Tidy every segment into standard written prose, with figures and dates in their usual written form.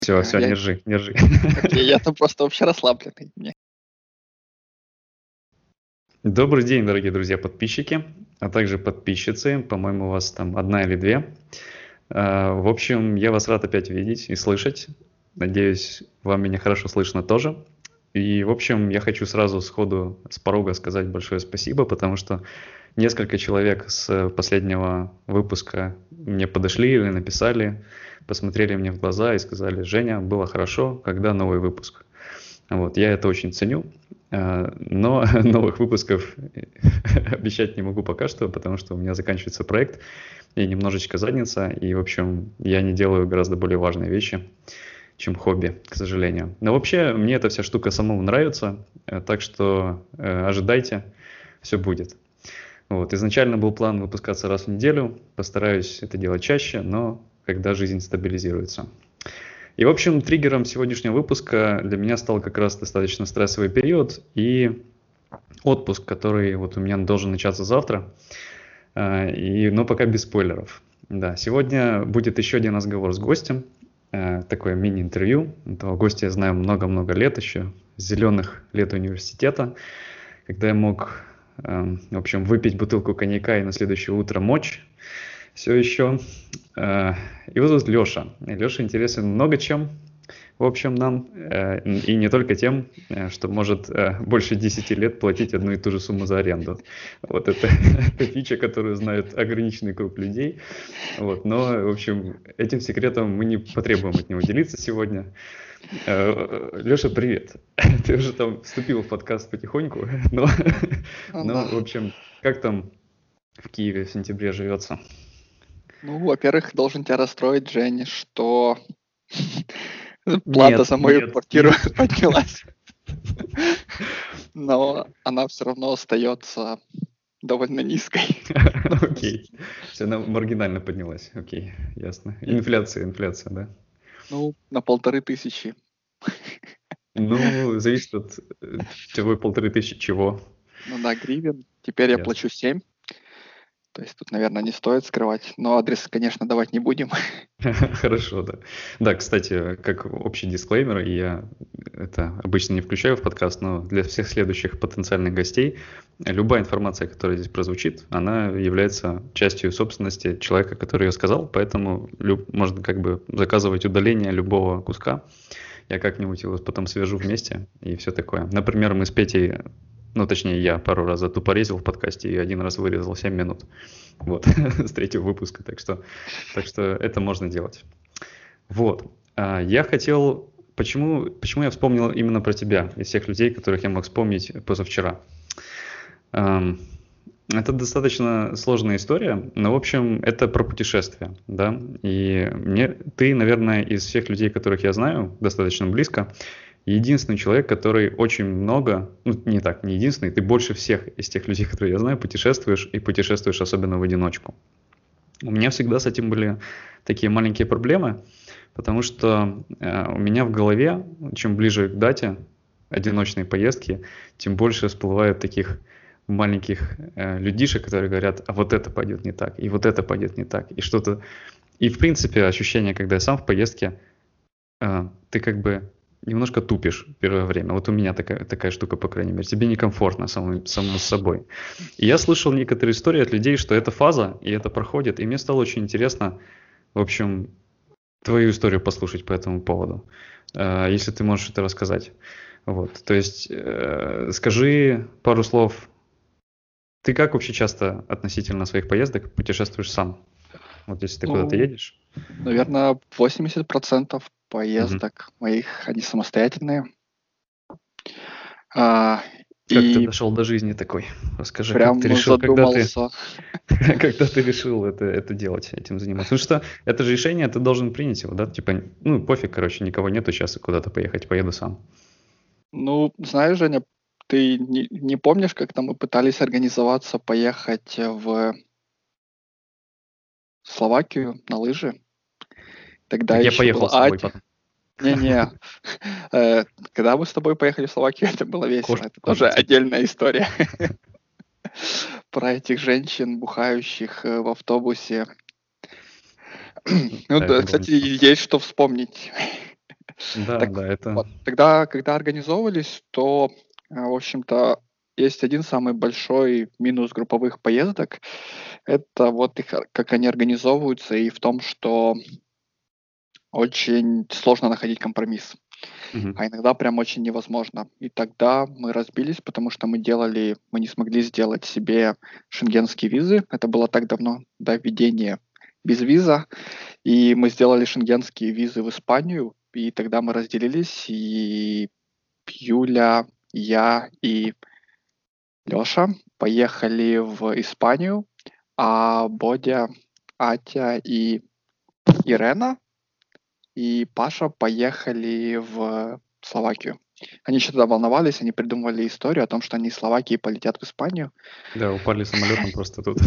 Все, Я, не ржи, не ржи. окей, я там просто вообще расслабленный. Добрый день, дорогие друзья, подписчики, а также подписчицы. По-моему, у вас там одна или две. В общем, я вас рад опять видеть и слышать. Надеюсь, вам меня хорошо слышно тоже. И, в общем, я хочу сразу сходу с порога сказать большое спасибо, потому что несколько человек с последнего выпуска мне подошли или написали, посмотрели мне в глаза и сказали: Женя, было хорошо, когда новый выпуск? Вот, я это очень ценю, но новых выпусков обещать не могу пока что, потому что у меня заканчивается проект и немножечко задница, и, в общем, я не делаю гораздо более важные вещи, чем хобби, к сожалению. Но вообще, мне эта вся штука самому нравится, так что ожидайте, все будет. Вот, изначально был план выпускаться раз в неделю, постараюсь это делать чаще, но когда жизнь стабилизируется. И, в общем, триггером сегодняшнего выпуска для меня стал как раз достаточно стрессовый период и отпуск, который вот у меня должен начаться завтра, но пока без спойлеров. Да, сегодня будет еще один разговор с гостем, такое мини-интервью. Этого гостя я знаю много-много лет еще, с зеленых лет университета, когда я мог, в общем, выпить бутылку коньяка и на следующее утро мочь все еще. Его зовут Леша. Леша интересен много чем, в общем, нам, и не только тем, что может больше 10 лет платить одну и ту же сумму за аренду. Вот это фича, которую знает ограниченный круг людей. Вот, но, в общем, этим секретом мы не потребуем от него делиться сегодня. Леша, привет. Ты уже там вступил в подкаст потихоньку, но, в общем, как там в Киеве в сентябре живется? Ну, во-первых, должен тебя расстроить, Жень, что плата за мою квартиру поднялась. Но она все равно остается довольно низкой. Окей. Все, она маргинально поднялась. Окей, ясно. Инфляция, да? Ну, на 1500. Ну, зависит от того 1500 чего. Ну да, гривен. Теперь я плачу 7. То есть тут, наверное, не стоит скрывать. Но адрес, конечно, давать не будем. Хорошо, да. Да, кстати, как общий дисклеймер, и я это обычно не включаю в подкаст, но для всех следующих потенциальных гостей любая информация, которая здесь прозвучит, она является частью собственности человека, который ее сказал, поэтому можно как бы заказывать удаление любого куска. Я как-нибудь его потом свяжу вместе и все такое. Например, мы с Петей, точнее я пару раз затупорезил в подкасте и один раз вырезал 7 минут. Вот, с третьего выпуска, так что это можно делать. Вот, я хотел, почему я вспомнил именно про тебя, из всех людей, которых я мог вспомнить позавчера. Это достаточно сложная история, но, в общем, это про путешествия, да, и ты, наверное, из всех людей, которых я знаю, достаточно близко, единственный человек, который очень много, не единственный, ты больше всех из тех людей, которые я знаю, путешествуешь, и путешествуешь особенно в одиночку. У меня всегда с этим были такие маленькие проблемы, потому что у меня в голове, чем ближе к дате одиночной поездки, тем больше всплывают таких маленьких людишек, которые говорят: а вот это пойдет не так, и вот это пойдет не так, и что-то. И, в принципе, ощущение, когда я сам в поездке, ты как бы немножко тупишь первое время. Вот у меня такая штука, по крайней мере. Тебе некомфортно самому с собой. И я слышал некоторые истории от людей, что это фаза, и это проходит. И мне стало очень интересно, в общем, твою историю послушать по этому поводу, если ты можешь это рассказать. Вот, то есть скажи пару слов. Ты как вообще часто относительно своих поездок путешествуешь сам? Вот если ты куда-то едешь? Наверное, 80% поездок моих, они самостоятельные. Как ты дошел до жизни такой? Расскажи, как ты решил, когда ты решил это делать, этим заниматься? Потому что это же решение, ты должен принять его, да? Типа, пофиг, короче, никого нету, сейчас куда-то поехать, поеду сам. Ну, знаешь, Женя, ты не помнишь, как-то мы пытались организоваться, поехать в Словакию на лыжи? Тогда так еще я поехал был с тобой потом. Не-не. Когда мы с тобой поехали в Словакию, это было весело. Это тоже отдельная история. Про этих женщин, бухающих в автобусе. Ну, кстати, есть что вспомнить. Да, Так да, это... вот, тогда, когда организовывались, то, в общем-то, есть один самый большой минус групповых поездок. Это вот их, как они организовываются, и в том, что очень сложно находить компромисс. Мгм. А иногда прям очень невозможно. И тогда мы разбились, потому что мы не смогли сделать себе шенгенские визы. Это было так давно, до введения безвиза. И мы сделали шенгенские визы в Испанию. И тогда мы разделились, и Юля, я и Лёша поехали в Испанию, а Бодя, Атя и Ирена и Паша поехали в Словакию. Они еще тогда волновались, они придумывали историю о том, что они из Словакии полетят в Испанию. Да, упали самолетом просто тут.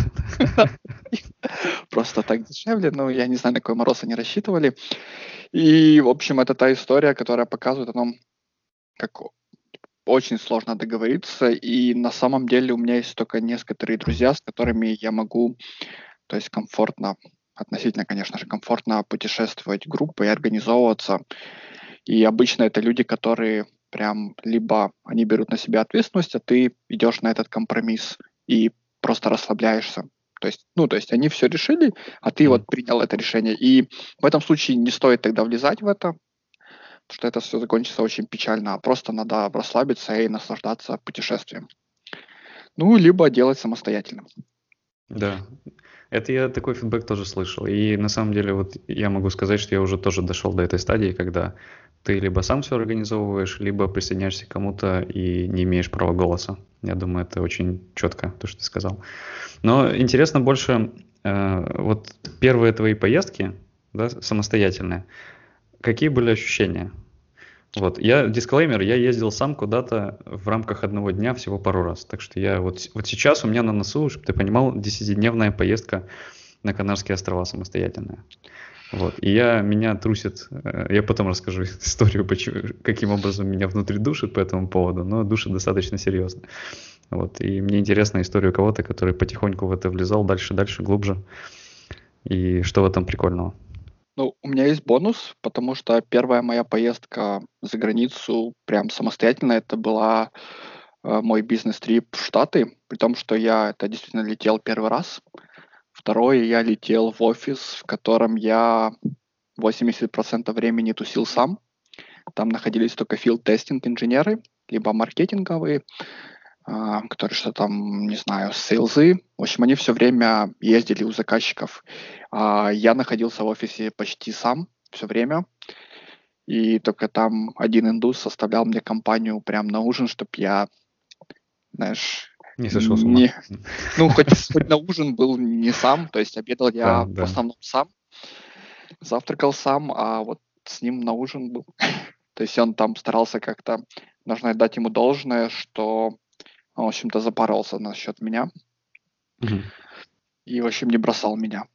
Просто так дешевле, но я не знаю, на какой мороз они рассчитывали. И, в общем, это та история, которая показывает о том, как очень сложно договориться. И на самом деле у меня есть только некоторые друзья, с которыми я могу, то есть комфортно, относительно, конечно же, комфортно путешествовать группой и организовываться. И обычно это люди, которые прям либо они берут на себя ответственность, а ты идешь на этот компромисс и просто расслабляешься. То есть они все решили, а ты вот Мгм. принял это решение. И в этом случае не стоит тогда влезать в это, потому что это все закончится очень печально, а просто надо расслабиться и наслаждаться путешествием. Ну, либо делать самостоятельно. Да, это я такой фидбэк тоже слышал. И на самом деле вот я могу сказать, что я уже тоже дошел до этой стадии, когда ты либо сам все организовываешь, либо присоединяешься к кому-то и не имеешь права голоса. Я думаю, это очень четко, то, что ты сказал. Но интересно больше, вот первые твои поездки, да, самостоятельные, какие были ощущения? Вот, дисклеймер, я ездил сам куда-то в рамках одного дня всего пару раз. Так что я вот сейчас у меня на носу, чтобы ты понимал, 10-дневная поездка на Канарские острова самостоятельная. Вот, и меня трусит, я потом расскажу историю, каким образом меня внутри душит по этому поводу, но душит достаточно серьезно. Вот, и мне интересна история кого-то, который потихоньку в это влезал дальше, глубже. И что в этом прикольного? Ну, у меня есть бонус, потому что первая моя поездка за границу прям самостоятельно, это была мой бизнес-трип в Штаты, при том, что я это действительно летел первый раз. Второе, я летел в офис, в котором я 80% времени тусил сам. Там находились только филд-тестинг инженеры, либо маркетинговые, которые что там, не знаю, сейлзы. В общем, они все время ездили у заказчиков. А я находился в офисе почти сам все время. И только там один индус составлял мне компанию прям на ужин, чтобы я, знаешь, Не сошел с ума. не... Ну, хоть на ужин был не сам, то есть обедал Да, я в да. основном сам, завтракал сам, а вот с ним на ужин был. То есть он там старался как-то, нужно дать ему должное, что он, в общем-то, запарился насчет меня Мгм. и, в общем, не бросал меня.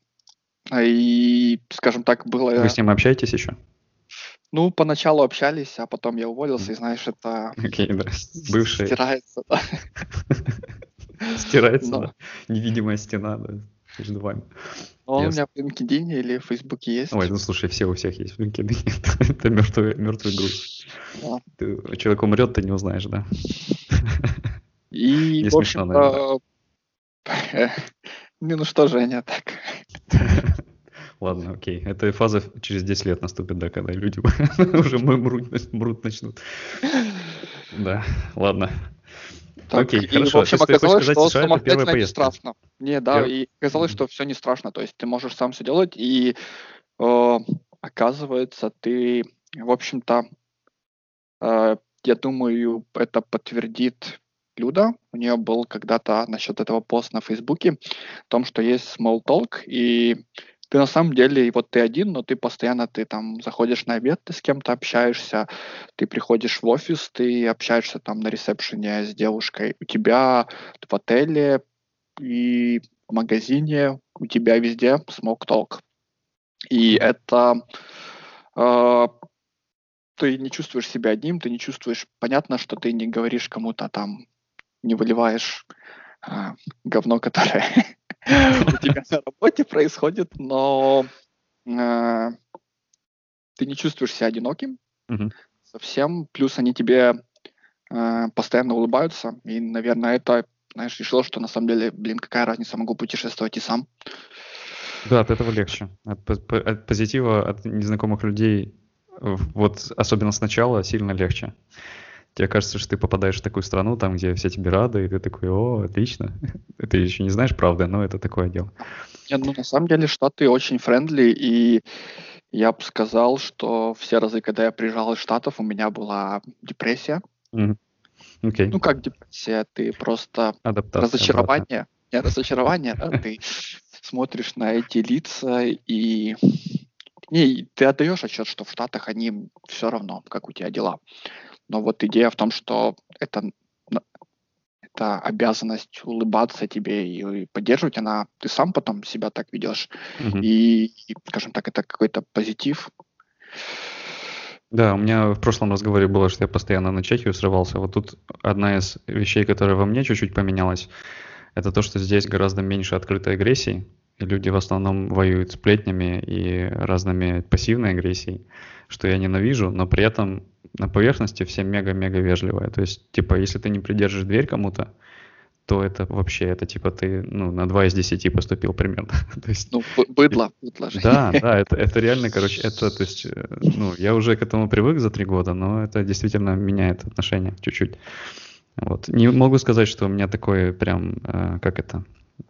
И, скажем так, Вы было... с ним общаетесь еще? Ну, поначалу общались, а потом я уволился, и, М. знаешь, это Окей, да. Бывший стирается, да. стирается, Но да. Невидимая стена, да, между вами. он у Ясно. меня в LinkedIn или в Фейсбуке Ой, есть. ну слушай, все у всех есть в LinkedIn. Это мертвый груз. Да. Человек умрет, ты не узнаешь, да. И, Не в смешно, наверное. общем-то, ну что, Женя, так. Ладно, окей. Эта фаза через 10 лет наступит, да, когда люди уже мрут начнут. Да, ладно. Так, Окей, и, в хорошо. То общем, есть ты хочешь оказалось, сказать, что США это первая самостоятельно не поездка? страшно. Не, да, Пер- и оказалось, Мгм. что все не страшно. То есть ты можешь сам все делать, и э, оказывается, ты, в общем-то, я думаю, это подтвердит Люда. У нее был когда-то насчет этого пост на Фейсбуке, о том, что есть small talk, и ты на самом деле, и вот ты один, но ты постоянно, ты там заходишь на обед, ты с кем-то общаешься, ты приходишь в офис, ты общаешься там на ресепшене с девушкой, у тебя в отеле и в магазине, у тебя везде small talk. И Мгм. это э, ты не чувствуешь себя одним, ты не чувствуешь, понятно, что ты не говоришь кому-то там, не выливаешь а, говно, которое у тебя на работе происходит, но а, ты не чувствуешь себя одиноким, Мгм. совсем. Плюс они тебе постоянно улыбаются. И, наверное, это, знаешь, решил, что на самом деле, блин, какая разница, могу путешествовать и сам. Да, от этого легче. От позитива, от незнакомых людей, вот особенно сначала, сильно легче. Тебе кажется, что ты попадаешь в такую страну, там, где все тебе рады, и ты такой, о, отлично. Ты еще не знаешь, правда, но это такое дело. Нет, ну, на самом деле, Штаты очень френдли, и я бы сказал, что все разы, когда я приезжал из Штатов, у меня была депрессия. Мгм. Ну, Окей. как депрессия? Ты просто Адаптация обратная. разочарование. Не разочарование, да, ты смотришь на эти лица и ты отдаешь отчет, что в Штатах они все равно, как у тебя дела. Но вот идея в том, что это обязанность улыбаться тебе и поддерживать, ты сам потом себя так ведешь. Мгм. И, скажем так, это какой-то позитив. Да, у меня в прошлом разговоре было, что я постоянно на Чехию срывался. Вот тут одна из вещей, которая во мне чуть-чуть поменялась, это то, что здесь гораздо меньше открытой агрессии, и люди в основном воюют сплетнями и разными пассивной агрессией, что я ненавижу, но при этом на поверхности все мега-мега вежливые. То есть, типа, если ты не придержишь дверь кому-то, то это вообще, это типа ты, ну, на 2 из 10 поступил примерно. То есть, Ну, и- быдло же. да, да, это реально, короче, это, то есть, ну, я уже к этому привык за 3 года, но это действительно меняет отношения чуть-чуть. Вот. Не могу сказать, что у меня такое прям, как это,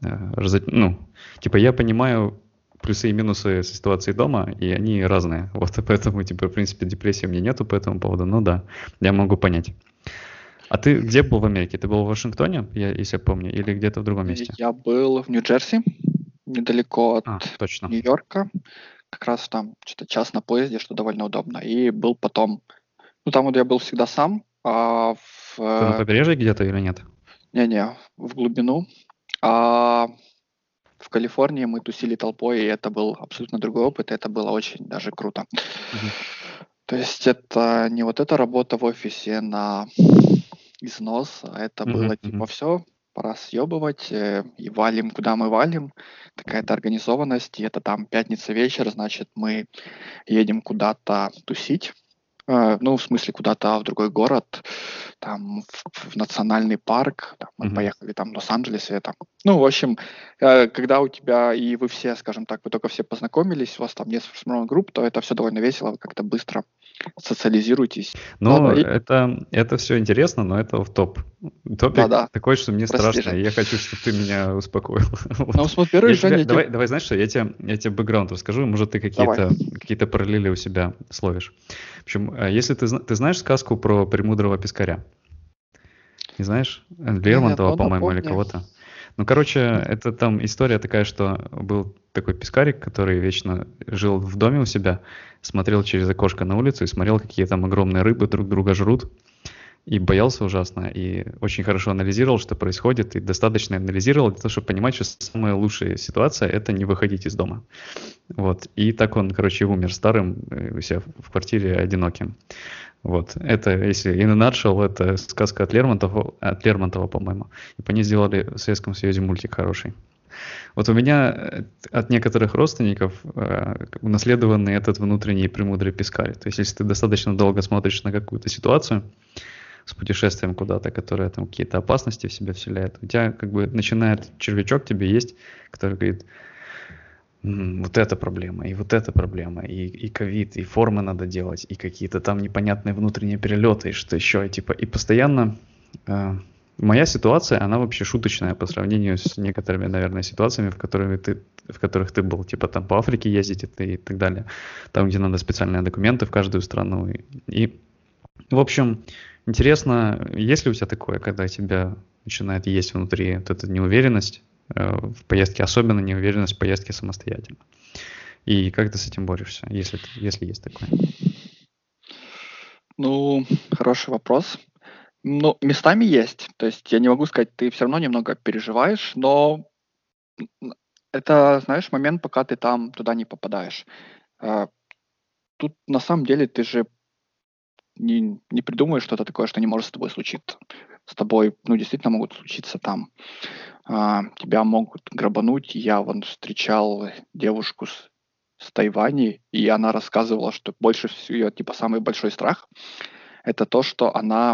ну, типа я понимаю плюсы и минусы ситуации дома, и они разные. Вот, и поэтому, типа, в принципе, депрессии у меня нету по этому поводу, но да, я могу понять. А ты где был в Америке? Ты был в Вашингтоне, если я помню, или где-то в другом месте? Я был в Нью-Джерси, недалеко от А, точно. Нью-Йорка, как раз там что-то час на поезде, что довольно удобно. И был потом, ну там вот я был всегда сам, а Ты на побережье где-то или нет? не-не, в глубину. А в Калифорнии мы тусили толпой, и это был абсолютно другой опыт, и это было очень даже круто. Мгм. То есть это не вот эта работа в офисе на износ, а это Мгм, было типа мгм. все, пора съебывать, и валим, куда мы валим. Такая-то организованность, и это там пятница вечер, значит, мы едем куда-то тусить. Ну, в смысле, куда-то в другой город, там, в национальный парк. Там, мы Мгм. поехали там в Лос-Анджелес. Это. Ну, в общем, когда у тебя и вы все, скажем так, вы только все познакомились, у вас там несколько сформированных групп, то это все довольно весело, вы как-то быстро социализируетесь. Ну, Да-да, и это все интересно, но это в топ. Топик да-да, такой, что мне прости, страшно, Жень. и я хочу, чтобы ты меня успокоил. Ну, Вот. во-первых, Жень, я тебе... Давай знаешь что, я тебе бэкграунд расскажу, может, ты Давай. какие-то параллели у себя словишь. В общем, если ты знаешь сказку про премудрого пескаря? Не знаешь? Нет, Лермонтова, ну по-моему, или напомни. кого-то. Ну, короче, это там история такая, что был такой пескарик, который вечно жил в доме у себя, смотрел через окошко на улицу и смотрел, какие там огромные рыбы друг друга жрут, и боялся ужасно, и очень хорошо анализировал, что происходит, и достаточно анализировал для того, чтобы понимать, что самая лучшая ситуация — это не выходить из дома. Вот. И так он, короче, умер старым, у себя в квартире одиноким. Вот. Это, если in a nutshell, это сказка от Лермонтова, по-моему. И по ней сделали в Советском Союзе мультик хороший. Вот у меня от некоторых родственников унаследованный этот внутренний премудрый пескарь. То есть, если ты достаточно долго смотришь на какую-то ситуацию с путешествием куда-то, которая там какие-то опасности в себя вселяет, у тебя как бы начинает червячок тебе есть, который говорит: вот эта проблема, и вот эта проблема, и ковид, и формы надо делать, и какие-то там непонятные внутренние перелеты, и что еще, и типа, и постоянно моя ситуация, она вообще шуточная по сравнению с некоторыми, наверное, ситуациями, в которых ты был, типа там по Африке ездить и так далее, там, где надо специальные документы в каждую страну, в общем, интересно, есть ли у тебя такое, когда тебя начинает есть внутри вот эта неуверенность в поездке, особенно неуверенность в поездке самостоятельно? И как ты с этим борешься, если есть такое? Ну, хороший вопрос. Ну, местами есть. То есть я не могу сказать, ты все равно немного переживаешь, но н это, знаешь, момент, пока ты там туда не попадаешь. А, тут на самом деле ты же не придумаешь что-то такое, что не может с тобой случиться. С тобой, ну, действительно могут случиться там, тебя могут грабануть. Я вон встречал девушку с Тайвани, и она рассказывала, что больше всего ее, типа, самый большой страх — это то, что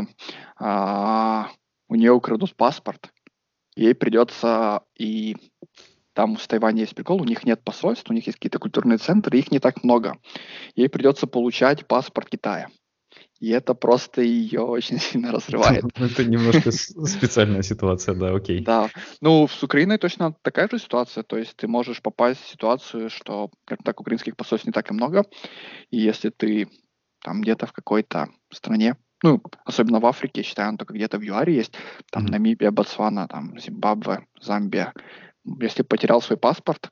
у нее украдут паспорт, ей придется, и там в Тайване есть прикол, у них нет посольств, у них есть какие-то культурные центры, их не так много. Ей придется получать паспорт Китая. И это просто ее очень сильно разрывает. Это немножко специальная ситуация, да, окей. Да. Ну, с Украиной точно такая же ситуация. То есть ты можешь попасть в ситуацию, что, как так, украинских посольств не так и много. И если ты там где-то в какой-то стране, ну, особенно в Африке, я считаю, он только где-то в ЮАРе есть, там Мгм. Намибия, Ботсвана, там Зимбабве, Замбия. Если потерял свой паспорт,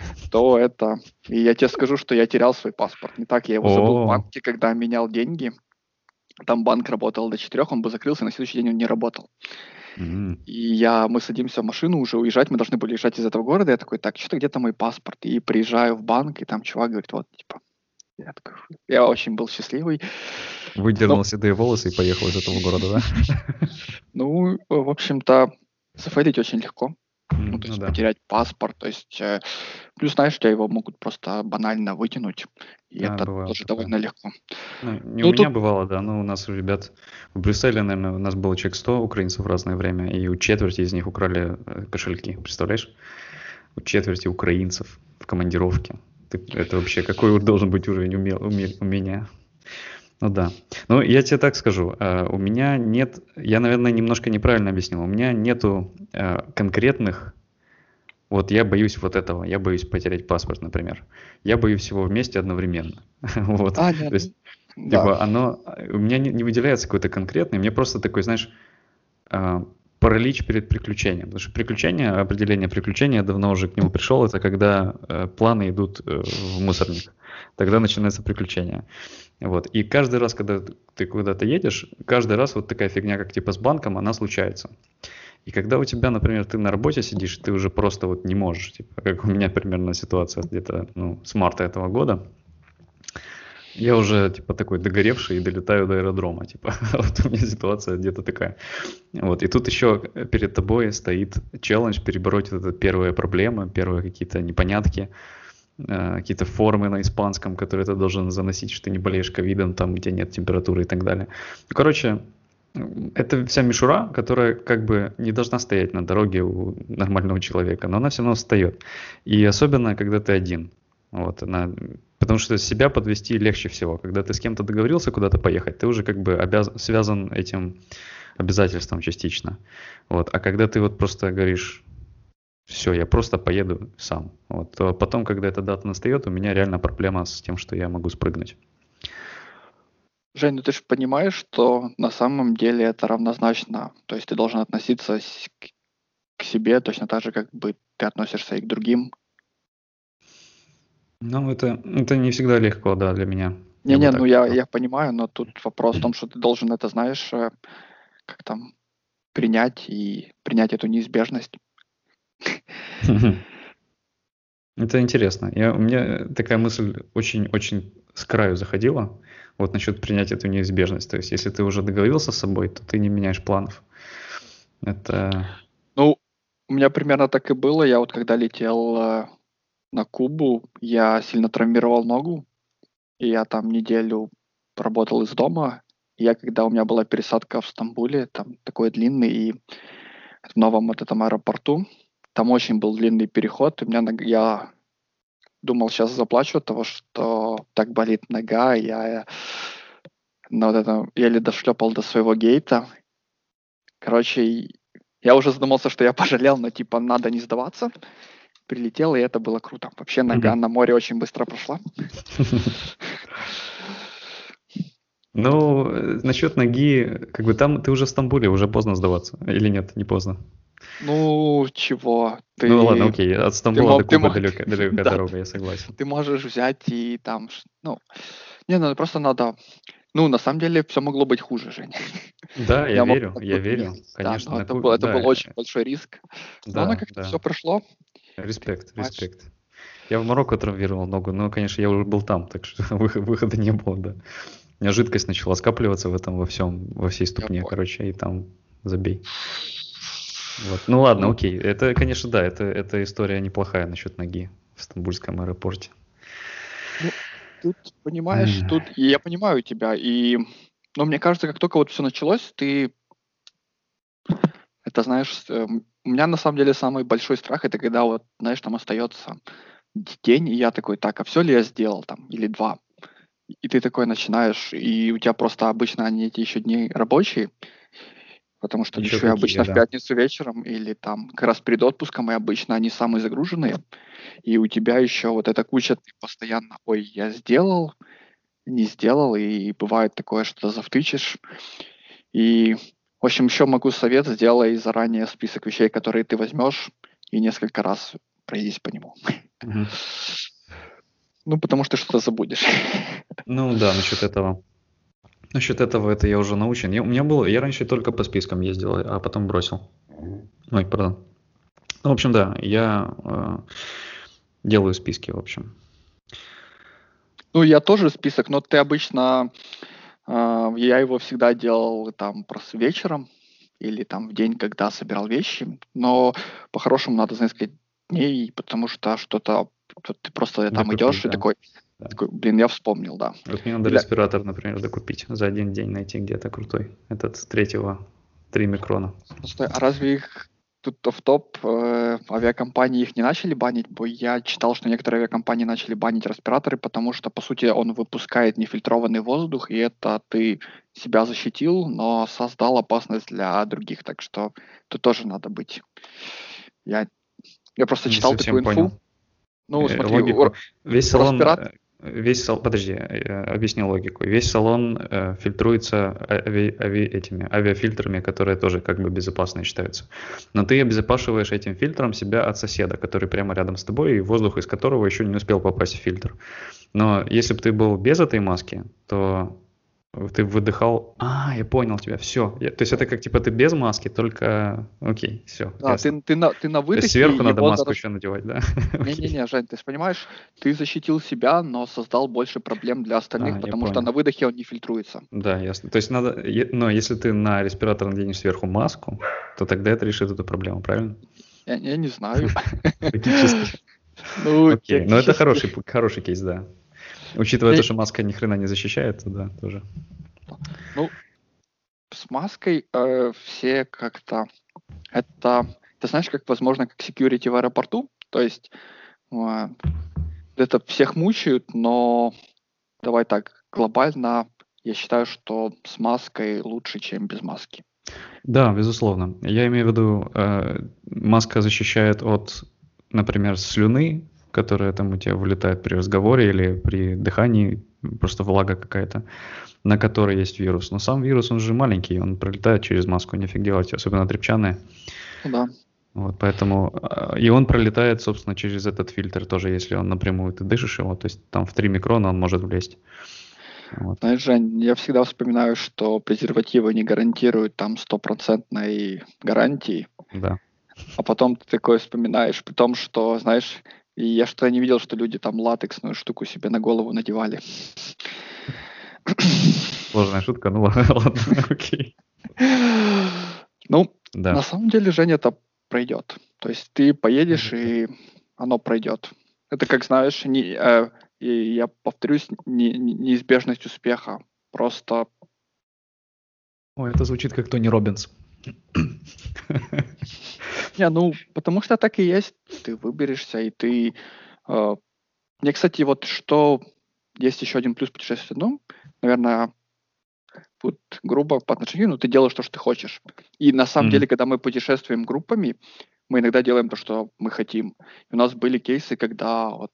то это... И я тебе скажу, что я терял свой паспорт. Не так, я его забыл в О, банке, когда менял деньги. Там банк работал до 4, он бы закрылся, на следующий день он не работал. м. И мы садимся в машину уже уезжать, мы должны были уезжать из этого города. Я такой, так, что-то где-то мой паспорт. И приезжаю в банк, и там чувак говорит, вот, типа, я такой, я очень был счастливый. Ну, Выдернул седые волосы и поехал из этого города, да? ну, в общем-то, зафейлить очень легко. Ну, то Ну есть да. потерять паспорт, то есть... плюс, знаешь, у тебя его могут просто банально вытянуть, и Да, это бывало тоже такое. довольно легко. Ну, не у Ну, меня тут... бывало, да, но у нас у ребят в Брюсселе, наверное, у нас было человек 100 украинцев в разное время, и у четверти из них украли кошельки, представляешь? У четверти украинцев в командировке. Это вообще какой должен быть уровень умения? Ну да. Ну, я тебе так скажу, у меня нет, я, наверное, немножко неправильно объяснил, у меня нету конкретных, вот я боюсь вот этого, я боюсь потерять паспорт, например. Я боюсь всего вместе одновременно. Вот. Нет, То есть, да. типа, у меня не выделяется какой-то конкретный, мне просто такой, знаешь, а, паралич перед приключением. Потому что приключение, определение приключения, я давно уже к нему пришел, это когда планы идут в мусорник. Тогда начинается приключение. Вот. И каждый раз, когда ты куда-то едешь, каждый раз вот такая фигня, как типа с банком, она случается. И когда у тебя, например, ты на работе сидишь, ты уже просто вот не можешь, типа, как у меня примерно ситуация где-то, ну, с марта этого года, я уже, типа, такой догоревший и долетаю до аэродрома, типа, вот у меня ситуация где-то такая. Вот, и тут еще перед тобой стоит челлендж перебороть вот это первые проблемы, первые какие-то непонятки, какие-то формы на испанском, которые ты должен заносить, что ты не болеешь ковидом, там, где нет температуры и так далее. Ну, короче, это вся мишура, которая как бы не должна стоять на дороге у нормального человека, но она все равно встает. И особенно, когда ты один. Вот, потому что себя подвести легче всего. Когда ты с кем-то договорился куда-то поехать, ты уже как бы связан этим обязательством частично. Вот. А когда ты вот просто говоришь, все, я просто поеду сам. Вот. То потом, когда эта дата настает, у меня реально проблема с тем, что я могу спрыгнуть. Жень, ну ты же понимаешь, что на самом деле это равнозначно. То есть ты должен относиться к себе точно так же, как бы ты относишься и к другим. Ну, это не всегда легко, да, для меня. Я бы Не-не, ну так я, сказал. я понимаю, но тут вопрос в том, что ты должен это, знаешь, как там, принять эту неизбежность. Это интересно. У меня такая мысль очень-очень с краю заходила, вот насчет принять эту неизбежность. То есть, если ты уже договорился с собой, то ты не меняешь планов. Это... Ну, у меня примерно так и было. Я вот когда летел на Кубу, я сильно травмировал ногу, и я там неделю работал из дома. Когда у меня была пересадка в Стамбуле, там такой длинный, и в новом вот этом аэропорту, там очень был длинный переход, и я думал, сейчас заплачу от того, что так болит нога, я на вот этом еле дошлепал до своего гейта. Короче, я уже задумался, что я пожалел, но типа надо не сдаваться. Прилетел, и это было круто. Вообще нога Мгм. на море очень быстро прошла. Ну, насчет ноги, как бы там ты уже в Стамбуле, уже поздно сдаваться. Или нет, не поздно. Ну, чего? Ну ладно, окей, от Ты Стамбула до мог, ты Кубы мог, далекая да, дорога, я согласен. ты можешь взять и там, ну, не, ну просто надо, ну, на самом деле все могло быть хуже, Женя. Да, Я мог я нет, верю, да, конечно, но это был да, очень большой риск. Но оно да, как-то все да, прошло, респект, понимаешь? респект. Я в Марокко травмировал ногу, но, конечно, я уже был там, так что выхода не было, да. У меня жидкость начала скапливаться в этом во всем, во всей Я ступне, понял. короче, и там забей. Вот. Ну ладно, Ну, окей. Это, конечно, да, это история неплохая насчет ноги в Стамбульском аэропорте. Ну, тут, понимаешь, тут и я понимаю тебя, но мне кажется, как только вот все началось, это знаешь, у меня на самом деле самый большой страх, это когда вот, знаешь, там остается день, и я такой: "Так, а все ли я сделал там или 2?" И ты такой начинаешь, и у тебя просто обычно они эти еще дни рабочие, потому что Еще еще и какие, обычно в да. пятницу вечером или там как раз перед отпуском, и обычно они самые загруженные. И у тебя еще вот эта куча, ты постоянно: "Ой, я сделал, не сделал", и бывает такое, что завтычешь. И, в общем, еще могу совет: сделай заранее список вещей, которые ты возьмешь, и несколько раз пройдись по нему. Мгм. Ну, потому что что-то забудешь. Ну да, насчет этого. Насчет этого это я уже научен. У меня было, я раньше только по спискам ездил, а потом бросил. Ой, пардон. Ну, в общем, да, я делаю списки, в общем. Ну, я тоже список, но ты обычно, я его всегда делал там просто вечером или там в день, когда собирал вещи, но по-хорошему надо за несколько дней, потому что что-то вот ты просто там Докупить, идешь и да. Да. такой: "Блин, я вспомнил, да". Вот мне надо Или респиратор, например, докупить. За один день найти где-то крутой. Этот третьего 3 микрона. Стой, а разве их тут в топ авиакомпании их не начали банить? Бо я читал, что некоторые авиакомпании начали банить респираторы, потому что, по сути, он выпускает нефильтрованный воздух, и это ты себя защитил, но создал опасность для других. Так что тут тоже надо быть. Я, я просто Не читал такую совсем инфу. понял. Ну, смотри, Логику. Весь у салон, респиратора... весь салон, подожди, объясню логику. Весь салон фильтруется этими авиафильтрами, которые тоже как бы безопасные считаются. Но ты обезопасиваешь этим фильтром себя от соседа, который прямо рядом с тобой, и воздух из которого еще не успел попасть в фильтр. Но если бы ты был без этой маски, то ты выдыхал. Я понял тебя. Все. То есть это как типа ты без маски, только окей, все, Да, ясно. ты на То есть выдохе сверху надо его маску зараз... еще надевать, да? Окей. Не-не-не, Жень, ты ж понимаешь, ты защитил себя, но создал больше проблем для остальных, Я потому что понял. на выдохе он не фильтруется. Да, ясно. То есть надо, но если ты на респиратор наденешь сверху маску, то тогда это решит эту проблему, правильно? Я не знаю. Теоретически. Ну, Окей. Но это теоретически. хороший кейс, да. Учитывая то, Не, что маска ни хрена не защищает, то да, тоже. ну, с маской все как-то... Это, ты знаешь, как возможно, как security в аэропорту. То есть а, это всех мучают, но давай так, глобально я считаю, что с маской лучше, чем без маски. Да, безусловно. Я имею в виду, маска защищает от, например, слюны, которая там у тебя вылетает при разговоре или при дыхании, просто влага какая-то, на которой есть вирус. Но сам вирус, он же маленький, он пролетает через маску, нифиг делать, особенно тряпчаные. Ну да. Вот, поэтому, и он пролетает, собственно, через этот фильтр тоже, если он напрямую ты дышишь его, то есть там в 3 микрона он может влезть. Вот, Знаешь, Жень, я всегда вспоминаю, что презервативы не гарантируют там стопроцентной гарантии, да. а потом ты такое вспоминаешь, при том, что, знаешь, и я что-то не видел, что люди там латексную штуку себе на голову надевали. Сложная шутка, ну ладно, окей. Ну, Да. на самом деле, Женя, это пройдет. То есть ты поедешь, Пройдет. и оно пройдет. Это как, знаешь, и я повторюсь, неизбежность успеха. Просто, Ой, это звучит как Тони Роббинс. не, ну, потому что так и есть. Ты выберешься, и ты... э, Мне, кстати, вот что... Есть еще один плюс путешествия. Ну, наверное, вот грубо по отношению, ну, ты делаешь то, что ты хочешь. И на самом Мгм. деле, когда мы путешествуем группами, мы иногда делаем то, что мы хотим. И у нас были кейсы, когда вот,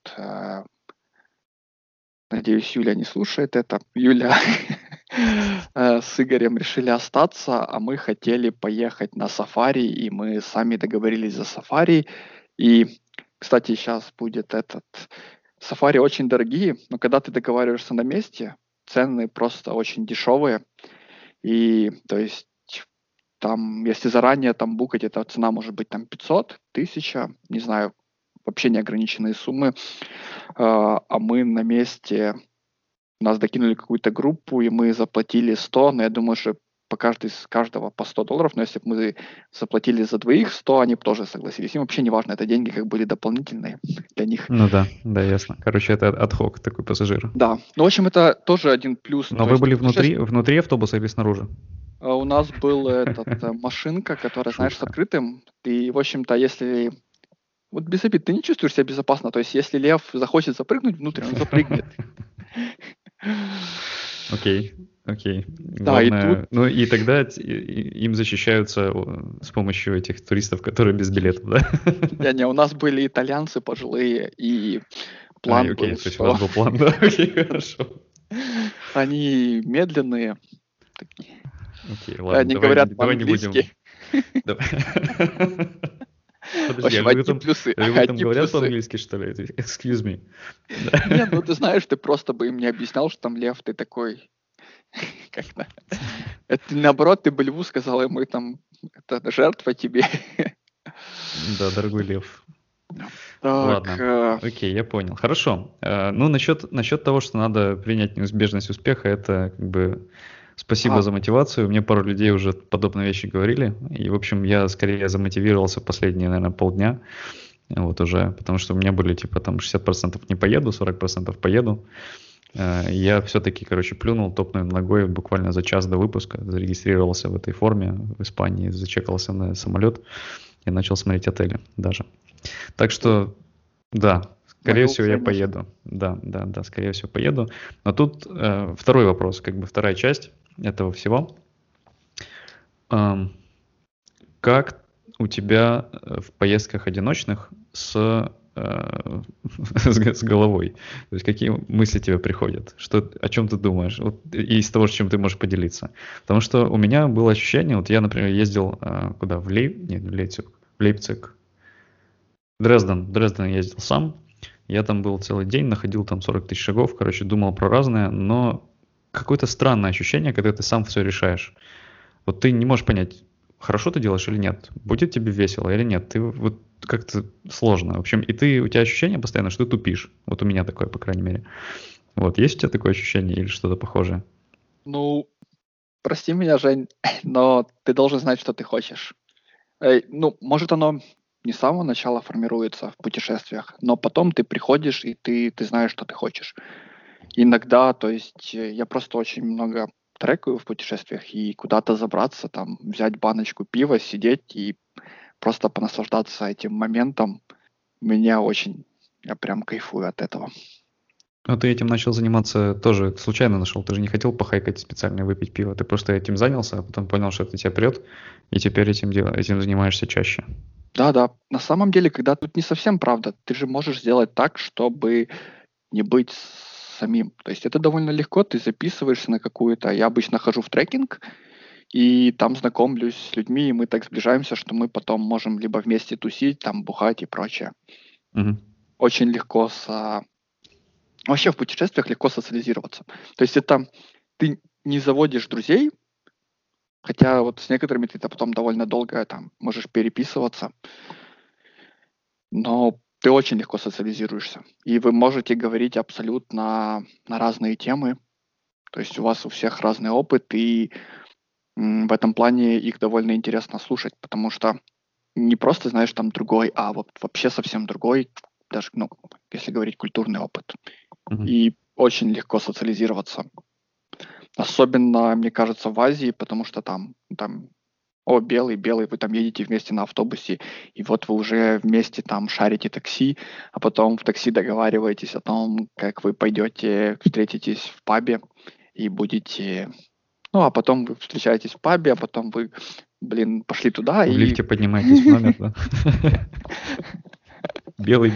надеюсь, Юля не слушает это, Юля с Игорем решили остаться, а мы хотели поехать на сафари, и мы сами договорились за сафари. И, кстати, сейчас будет этот... Сафари очень дорогие, но когда ты договариваешься на месте, цены просто очень дешевые. И, то есть, там, если заранее там букать, эта цена может быть там 500, 1000, не знаю, вообще неограниченные суммы. А мы на месте, нас докинули какую-то группу, и мы заплатили 100, но я думаю, что с каждого по $100, но если бы мы заплатили за двоих 100, они бы тоже согласились. Им вообще не важно, это деньги как были дополнительные для них. Ну да, да, ясно. Короче, это ад-хок такой пассажир. Да, ну, в общем, это тоже один плюс. Но То вы есть были внутри автобуса или снаружи? у нас был машинка, которая, знаешь, с Шутка. открытым. И, в общем-то, если... Вот без обид, ты не чувствуешь себя безопасно. То есть если лев захочет запрыгнуть внутрь, он запрыгнет. Окей, окей. Да, и тут... Главное, ну и тогда им защищаются с помощью этих туристов, которые без билетов, да? Не, у нас были итальянцы пожилые, и план Окей, был, то есть у вас что был план, да? Окей, хорошо. они медленные, Окей, ладно, они говорят давай не будем. по-английски. Давай. В Подожди, а общем, одни плюсы, люди там одни говорят плюсы. по-английски, что ли? Excuse me. Не, ну ты знаешь, ты просто бы им не объяснял, что там лев, ты такой, как-то... Это наоборот, ты бы льву сказал, и мы там, это жертва тебе. Да, дорогой лев. Так, Ладно, окей, я понял. Хорошо. Ну, насчет того, что надо принять неизбежность успеха, это как бы спасибо за мотивацию. Мне пару людей уже подобные вещи говорили. И, в общем, я скорее замотивировался последние, наверное, полдня. Вот уже, потому что у меня были типа там 60% не поеду, 40% поеду. Я все-таки, короче, плюнул топной ногой буквально за час до выпуска, зарегистрировался в этой форме в Испании, зачекался на самолет и начал смотреть отели даже. Так что, да, скорее всего, я поеду. Да, скорее всего, поеду. Но тут второй вопрос, как бы вторая часть этого всего. Как у тебя в поездках одиночных с головой? То есть какие мысли тебе приходят? О чем ты думаешь? Вот, и из того, чем ты можешь поделиться. Потому что у меня было ощущение, вот я, например, ездил куда? В Лейпциг. Дрезден ездил сам. Я там был целый день, находил там 40 тысяч шагов, короче, думал про разное, но какое-то странное ощущение, когда ты сам все решаешь. Вот ты не можешь понять, хорошо ты делаешь или нет, будет тебе весело или нет. Ты вот как-то сложно. В общем, и у тебя ощущение постоянно, что ты тупишь. Вот у меня такое, по крайней мере. Вот, есть у тебя такое ощущение или что-то похожее? Ну, прости меня, Жень, но ты должен знать, что ты хочешь. Ну, может, оно не с самого начала формируется в путешествиях, но потом ты приходишь, и ты знаешь, что ты хочешь. Иногда, то есть я просто очень много трекаю в путешествиях, и куда-то забраться, там, взять баночку пива, сидеть и просто понаслаждаться этим моментом, я прям кайфую от этого. Ну, ты этим начал заниматься тоже случайно нашел. Ты же не хотел похайкать специально и выпить пиво. Ты просто этим занялся, а потом понял, что это тебя прет, и теперь этим занимаешься чаще. Да, на самом деле, когда тут не совсем правда, ты же можешь сделать так, чтобы не быть самим. То есть это довольно легко, ты записываешься на какую-то... Я обычно хожу в трекинг, и там знакомлюсь с людьми, и мы так сближаемся, что мы потом можем либо вместе тусить, там, бухать и прочее. Угу. Очень легко Вообще в путешествиях легко социализироваться. То есть это ты не заводишь друзей, хотя вот с некоторыми ты потом довольно долго там можешь переписываться, но ты очень легко социализируешься. И вы можете говорить абсолютно на разные темы. То есть у всех разный опыт, и в этом плане их довольно интересно слушать, потому что не просто, знаешь, там другой, а вот вообще совсем другой, даже, ну, если говорить культурный опыт. Угу. И очень легко социализироваться. Особенно, мне кажется, в Азии, потому что там, белый, вы там едете вместе на автобусе, и вот вы уже вместе там шарите такси, а потом в такси договариваетесь о том, как вы пойдете, встретитесь в пабе и будете... Ну, а потом вы встречаетесь в пабе, а потом вы, пошли туда В и... лифте поднимаетесь в номер, да? Белый.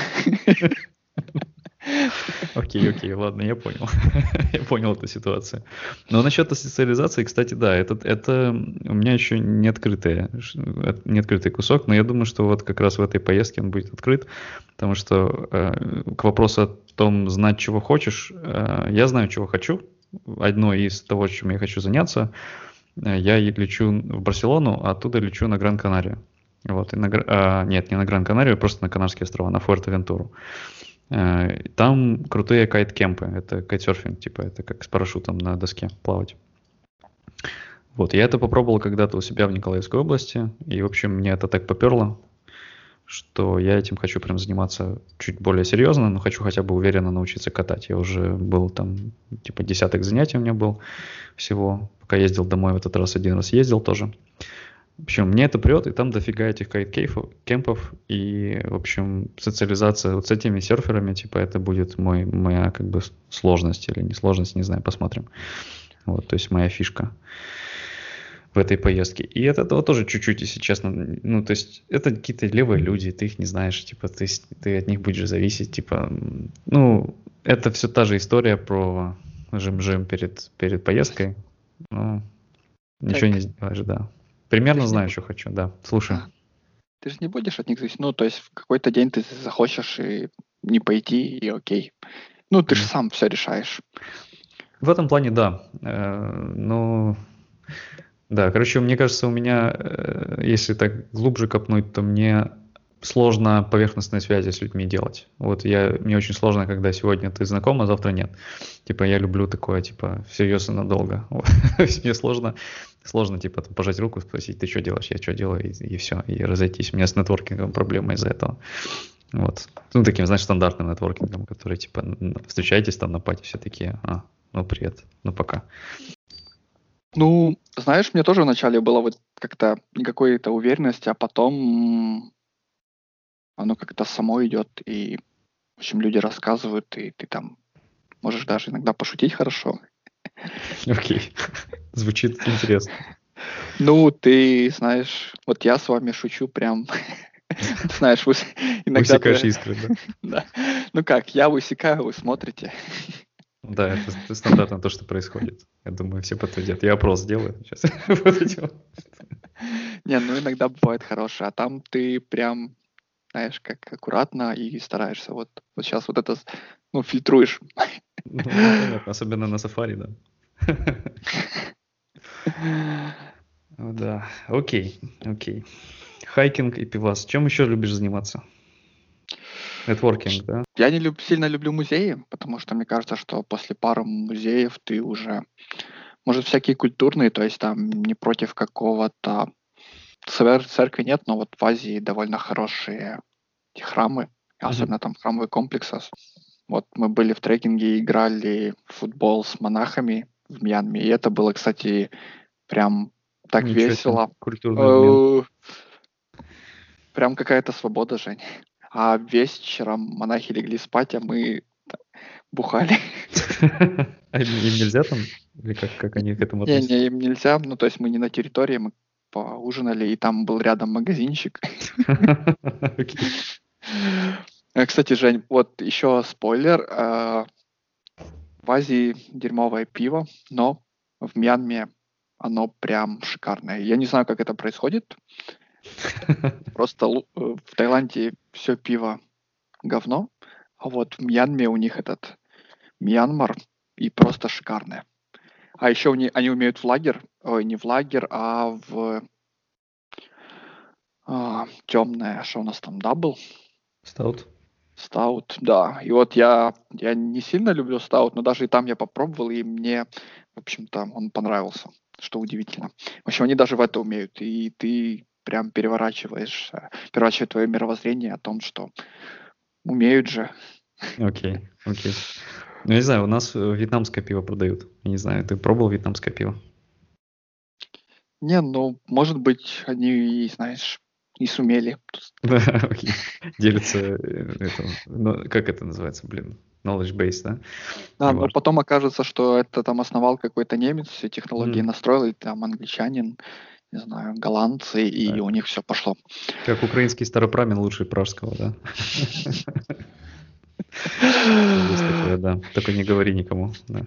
Окей, ладно, я понял. Я понял эту ситуацию. Но насчет социализации, кстати, да, это у меня еще не открытый кусок, но я думаю, что вот как раз в этой поездке он будет открыт, потому что к вопросу о том, знать, чего хочешь, я знаю, чего хочу. Одно из того, чем я хочу заняться, я лечу в Барселону, а оттуда лечу на Гран-Канарию. Вот, нет, не на Гран-Канарию, просто на Канарские острова, на Фуэртевентуру. Там крутые кайт-кемпы, это кайтсерфинг, типа это как с парашютом на доске плавать. Вот, я это попробовал когда-то у себя в Николаевской области, и, в общем, мне это так поперло, что я этим хочу прям заниматься чуть более серьезно, но хочу хотя бы уверенно научиться катать. Я уже был там, типа, десяток занятий у меня был всего, пока ездил домой, в этот раз один раз ездил тоже. В общем, мне это прет, и там дофига этих кемпов, и, в общем, социализация вот с этими серферами, типа, это будет моя, как бы, сложность или не сложность, не знаю, посмотрим. Вот, то есть моя фишка в этой поездке. И от этого тоже чуть-чуть, если честно, ну, то есть это какие-то левые люди, ты их не знаешь, типа, ты от них будешь зависеть, типа, ну, это все та же история про жим-жим перед поездкой, но ничего не Так, сделаешь, да. ты Примерно же не, знаю, что хочу, да, слушаю. ты же не будешь от них зависеть. Ну, то есть в какой-то день ты захочешь и не пойти, и окей. Ну, ты же Мгм. сам все решаешь. В этом плане, да. Ну, да, короче, мне кажется, у меня, если так глубже копнуть, то мне сложно поверхностные связи с людьми делать. Вот мне очень сложно, когда сегодня ты знаком, а завтра нет. Типа, я люблю такое, типа, всерьез и надолго. Вот. То есть мне сложно, типа, там, пожать руку, спросить, ты что делаешь, я что делаю, и все, и разойтись. У меня с нетворкингом проблема из-за этого. Вот. Ну, таким, знаешь, стандартным нетворкингом, который, типа, встречаетесь там на пати, все такие, ну, привет, ну, пока. Ну, знаешь, мне тоже вначале было вот как-то никакой-то уверенности, а потом оно как-то само идет, и, в общем, люди рассказывают, и ты там можешь даже иногда пошутить хорошо. Окей. Звучит интересно. Ну, ты знаешь, вот я с вами шучу прям, знаешь, вы иногда Высекаешь ты, искры, да? да. Ну как, я высекаю, вы смотрите. Да, это стандартно то, что происходит. Я думаю, все подтвердят. Я опрос сделаю сейчас. Вот эти вот. Не, ну иногда бывает хорошее, а там ты прям, знаешь, как аккуратно и стараешься. Вот сейчас вот это, ну, фильтруешь. Ну, понятно, особенно на сафари, да. Да, окей, окей. Хайкинг и пивас. Чем еще любишь заниматься? Нетворкинг, да? Я не сильно люблю музеи, потому что мне кажется, что после пары музеев ты уже, может, всякие культурные, то есть там не против какого-то церкви нет, но вот в Азии довольно хорошие эти храмы, Мгм. особенно там храмовые комплексы. Вот мы были в трекинге и играли в футбол с монахами в Мьянме, и это было, кстати, прям так Ничего себе, весело. культурный обмен. Э, Прям какая-то свобода, Жень. А вечером монахи легли спать, а мы бухали. А им нельзя там? Или как они к этому относятся? Не, им нельзя. Ну, то есть мы не на территории, мы поужинали, и там был рядом магазинчик. Окей. Кстати, Жень, вот еще спойлер. В Азии дерьмовое пиво, но в Мьянме оно прям шикарное. Я не знаю, как это происходит. Просто в Таиланде все пиво говно, а вот в Мьянме у них этот Мьянмар и просто шикарное. А еще они умеют в лагер, ой, не в лагер, а в темное, что у нас там, дабл, Стаут. стаут, да. И вот я не сильно люблю стаут, но даже и там я попробовал, и мне, в общем-то, он понравился, что удивительно. В общем, они даже в это умеют, и ты прям переворачивает твое мировоззрение о том, что умеют же. Окей, окей. Ну, не знаю, у нас вьетнамское пиво продают. Я не знаю, ты пробовал вьетнамское пиво? Не, ну, может быть, они и, знаешь, и сумели. Да, окей. Делятся, как это называется, блин, knowledge base, да? Да, но Неважно. потом окажется, что это там основал какой-то немец, все технологии М, настроил, и там англичанин, не знаю, голландцы, и да. у них все пошло. Как украинский старопрамен лучше пражского, да? Есть такое, да. Только не говори никому, да.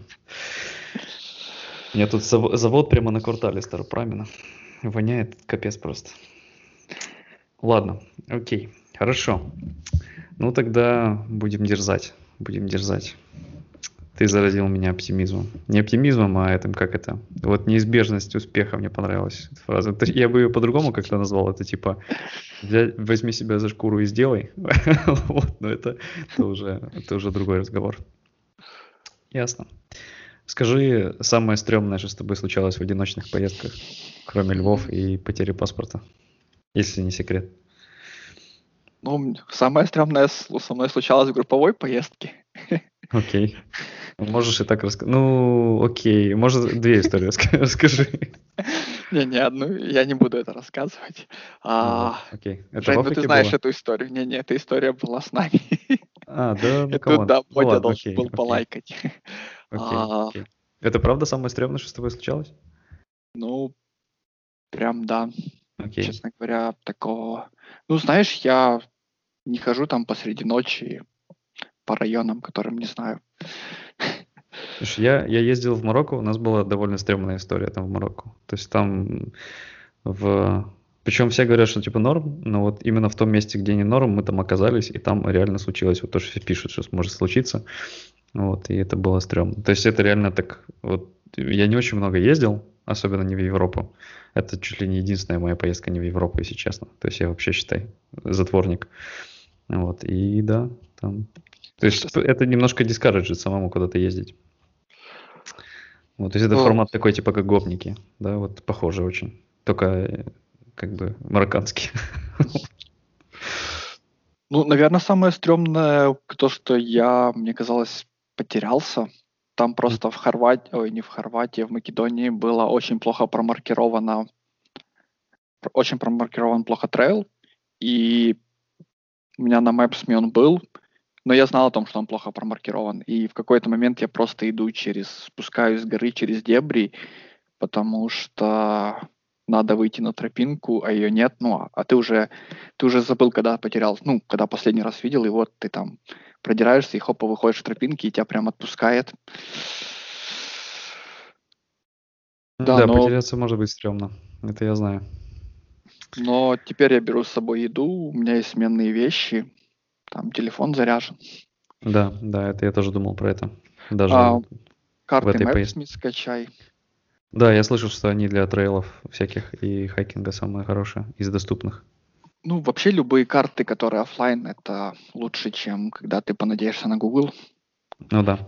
У меня тут завод прямо на квартале старопрамена. Воняет капец просто. Ладно, окей, хорошо. Ну тогда будем дерзать, будем дерзать. Ты заразил меня оптимизмом. Не оптимизмом, а этим, как это? Вот неизбежность успеха мне понравилась эта фраза. Я бы ее по-другому как-то назвал. Это типа возьми себя за шкуру и сделай. Вот, но это уже другой разговор. Ясно. Скажи самое стрёмное, что с тобой случалось в одиночных поездках, кроме львов М, и потери паспорта, если не секрет. Ну, самое стрёмное со мной случалось в групповой поездке. Окей. Можешь и так рассказать. Ну, окей. Может, две истории расскажи. Не-не, одну я не буду это рассказывать. Ну А, ладно, окей. Это в Жень, ну ты Африке знаешь было? эту историю. Не-не, эта история была с нами. А, да, ну И тут, камон. да, Ну Бодя ладно, должен окей, был окей, полайкать. окей, А, окей. Это правда самое стрёмное, что с тобой случалось? Ну, прям да. Окей. Честно говоря, такого. Ну, знаешь, я не хожу там посреди ночи по районам, которым не знаю. Слушай, я ездил в Марокко, у нас была довольно стрёмная история там в Марокко. То есть там в... Причем все говорят, что типа норм, но вот именно в том месте, где не норм, мы там оказались, и там реально случилось вот то, что все пишут, что может случиться. Вот, и это было стрёмно. То есть это реально так... Вот я не очень много ездил, особенно не в Европу. Это чуть ли не единственная моя поездка не в Европу, если честно. То есть я вообще, считай, затворник. Вот, и да, там... То есть Что- это немножко дискареджит самому куда-то ездить. Вот, то есть это О, формат такой, типа как гопники, да, вот похоже очень. Только как бы марокканский. Ну, наверное, самое стрёмное то, что я, мне казалось, потерялся. Там просто в Хорватии, ой, не в Хорватии, в Македонии было очень плохо промаркировано, очень промаркирован плохо трейл, и у меня на Maps он был, но я знал о том, что он плохо промаркирован. И в какой-то момент я просто иду спускаюсь с горы через дебри, потому что надо выйти на тропинку, а ее нет. Ну, а ты уже забыл, когда потерял, ну, когда последний раз видел, и вот ты там продираешься, и хопа, выходишь с тропинки, и тебя прям отпускает. Да, Да, но, потеряться может быть стрёмно. Это я знаю. но теперь я беру с собой еду, у меня есть сменные вещи, там телефон заряжен. Да, да, это я тоже думал про это. А, Даже в Карты этой Maps поездке. не скачай. Да, я слышал, что они для трейлов всяких и хайкинга самые хорошие из доступных. Ну, вообще любые карты, которые оффлайн, это лучше, чем когда ты понадеешься на Google. Ну да.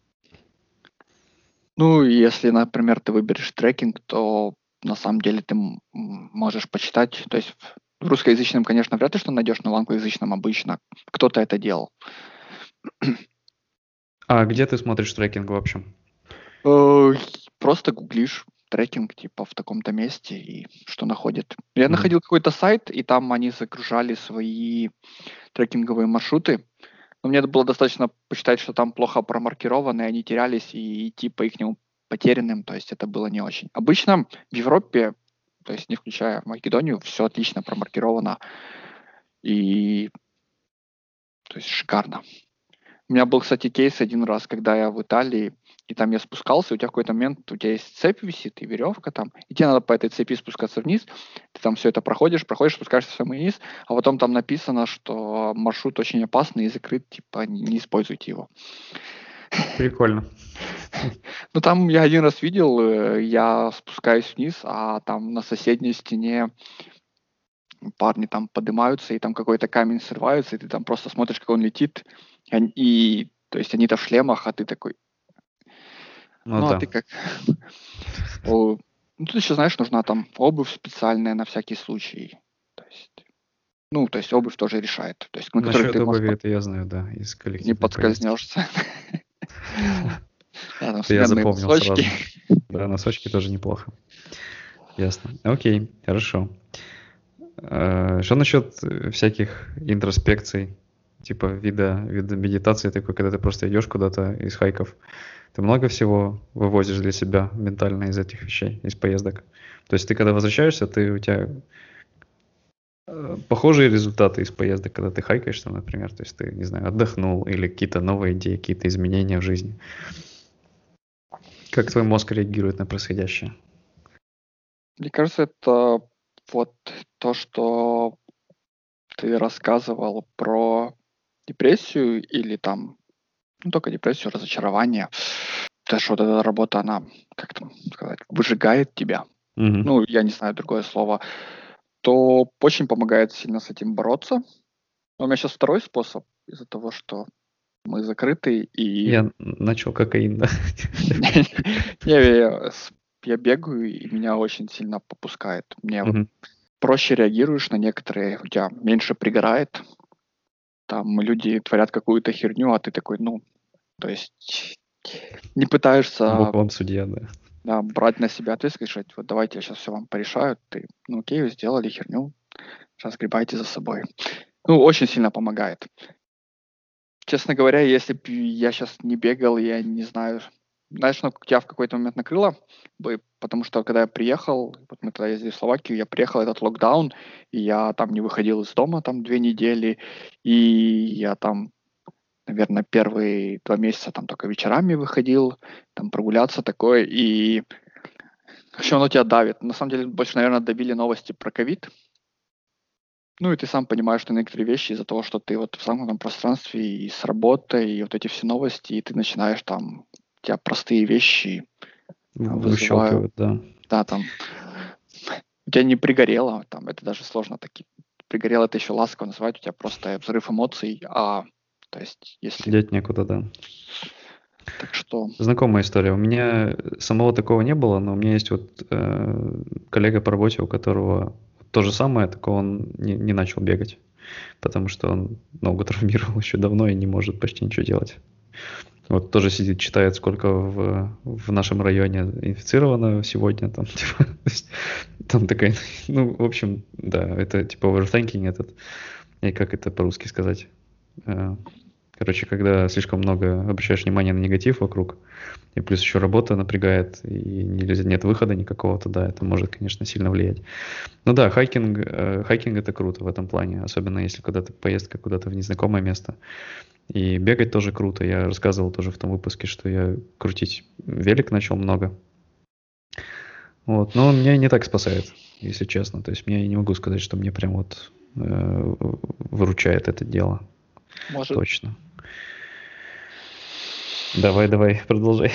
Ну, и если, например, ты выберешь трекинг, то на самом деле ты можешь почитать. То есть в русскоязычном, конечно, вряд ли что найдешь, но в англоязычном обычно кто-то это делал. А где ты смотришь трекинг в общем? Э, Просто гуглишь трекинг, типа, в таком-то месте и что находит. Я Мгм. находил какой-то сайт, и там они загружали свои трекинговые маршруты. Но мне было достаточно посчитать, что там плохо промаркированы, они терялись, и идти по их потерянным, то есть это было не очень. Обычно в Европе, то есть не включая Македонию, все отлично промаркировано и то есть шикарно. У меня был, кстати, кейс один раз, когда я в Италии, и там я спускался, и у тебя в какой-то момент, у тебя есть цепь висит и веревка там, и тебе надо по этой цепи спускаться вниз, ты там все это проходишь, спускаешься самый низ, а потом там написано, что маршрут очень опасный и закрыт, типа не используйте его. Прикольно. Ну, там я один раз видел, я спускаюсь вниз, а там на соседней стене парни там поднимаются, и там какой-то камень срывается, и ты там просто смотришь, как он летит, то есть они-то в шлемах, а ты такой, Ну ну, а да. ты как? Ну, тут еще, знаешь, нужна там обувь специальная на всякий случай. То есть, то есть обувь тоже решает, то есть на которой Насчет ты, может, обуви это я знаю, да, из не коллективной поездки. подскользнешься. Да, там Это я сменные запомнил носочки. сразу. Да, носочки тоже неплохо. Ясно. Окей, хорошо. Что насчет всяких интроспекций, типа вида медитации такой, когда ты просто идешь куда-то из хайков? Ты много всего вывозишь для себя ментально из этих вещей, из поездок? То есть ты когда возвращаешься, у тебя похожие результаты из поездок, когда ты хайкаешь там, например, то есть ты, не знаю, отдохнул или какие-то новые идеи, какие-то изменения в жизни. Как твой мозг реагирует на происходящее? Мне кажется, это вот то, что ты рассказывал про депрессию или там, ну, только депрессию, разочарование. Даже вот эта работа, она, как там сказать, выжигает тебя. Мгм. Ну, я не знаю другое слово. То очень помогает сильно с этим бороться. Но у меня сейчас второй способ из-за того, что Мы закрыты, и Я начал кокаин, да. не, я бегаю, и меня очень сильно попускает. Мне вот Мгм. проще реагируешь на некоторые, у тебя меньше пригорает. Там люди творят какую-то херню, а ты такой, ну, то есть не Бог пытаешься, вам судья, да. да, брать на себя ответственность, говорить, вот давайте я сейчас все вам порешаю. Ты, ну окей, вы сделали херню, разгребайте за собой. Ну, очень сильно помогает. Честно говоря, если бы я сейчас не бегал, я не знаю. Знаешь, ну, тебя в какой-то момент накрыло бы, потому что когда я приехал, вот мы тогда ездили в Словакию, я приехал этот локдаун, и я там не выходил из дома там 2 недели, и я там, наверное, первые 2 месяца там только вечерами выходил, там прогуляться такое, и вообще оно тебя давит. На самом деле, больше, наверное, добили новости про ковид. Ну и ты сам понимаешь, что некоторые вещи из-за того, что ты вот в замкнутом пространстве и с работой, и вот эти все новости, и ты начинаешь там, у тебя простые вещи вызывают, Выщелкивают, да. да, там, у тебя не пригорело, там, это даже сложно таки, пригорело это еще ласково называть, у тебя просто взрыв эмоций, то есть, если, Деть некуда, да. так что, Знакомая история. У меня самого такого не было, но у меня есть вот коллега по работе, у которого то же самое, только он не начал бегать, потому что он ногу травмировал еще давно и не может почти ничего делать. Вот тоже сидит, читает, сколько в нашем районе инфицировано сегодня, там, типа, то есть, там такая, ну, в общем, да, это типа overthinking этот, и как это по-русски сказать? Э, Короче, когда слишком много обращаешь внимание на негатив вокруг, и плюс еще работа напрягает, и нет выхода никакого, то да, это может, конечно, сильно влиять. Ну да, хайкинг это круто в этом плане, особенно если куда-то поездка куда-то в незнакомое место. И бегать тоже круто. Я рассказывал тоже в том выпуске, что я крутить велик начал много. Вот. Но он меня не так спасает, если честно. То есть я не могу сказать, что мне прям вот выручает это дело. может, Точно. Давай, продолжай.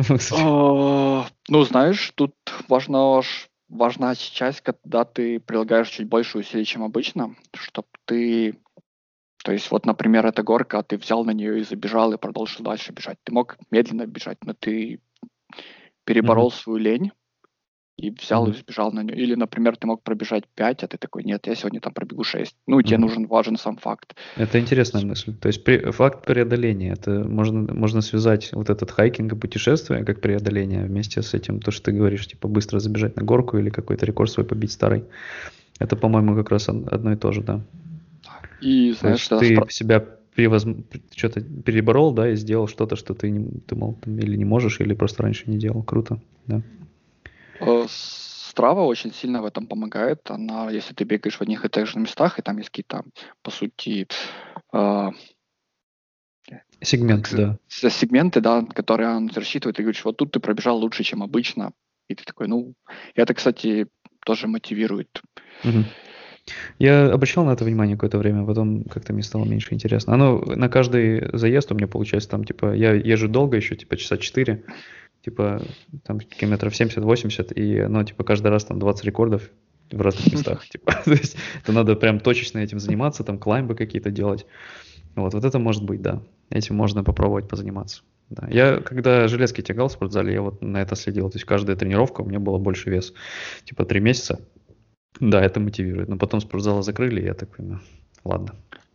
ну, знаешь, тут важна часть, когда ты прилагаешь чуть больше усилий, чем обычно, чтобы ты. То есть вот, например, эта горка, ты взял на нее и забежал, и продолжил дальше бежать. Ты мог медленно бежать, но ты Мгм, переборол свою лень и взял и мгм, сбежал на нее. Или, например, ты мог пробежать 5, а ты такой, нет, я сегодня там пробегу 6. Ну, тебе мгм. важен сам факт. Это интересная мысль. То есть факт преодоления, это можно связать вот этот хайкинг и путешествие как преодоление вместе с этим, то, что ты говоришь, типа быстро забежать на горку или какой-то рекорд свой побить старый. Это, по-моему, как раз одно и то же, да. И, То знаешь, есть ты себя что-то переборол, да, и сделал что-то, что ты не думал там, или не можешь, или просто раньше не делал. Круто, да. Страва очень сильно в этом помогает. Она, если ты бегаешь в одних и тех же местах, и там есть какие-то, по сути, а, Сегмент, да. сегменты, да, которые он рассчитывает, и говоришь, вот тут ты пробежал лучше, чем обычно. И ты такой, ну, и это, кстати, тоже мотивирует. Мгм. Я обращал на это внимание какое-то время, потом как-то мне стало меньше интересно. Оно на каждый заезд у меня получается там, типа, я езжу долго еще, типа, часа 4, типа, там километров 70-80, и оно, типа, каждый раз там 20 рекордов в разных местах, типа, то есть это надо прям точечно этим заниматься, там клаймбы какие-то делать. Вот это может быть, да. Этим можно попробовать позаниматься. Да. Я когда железки тягал в спортзале, я вот на это следил. То есть каждая тренировка у меня было больше вес. Типа 3 месяца. Да, это мотивирует. Но потом спортзалы закрыли, и я такой, ну, ладно.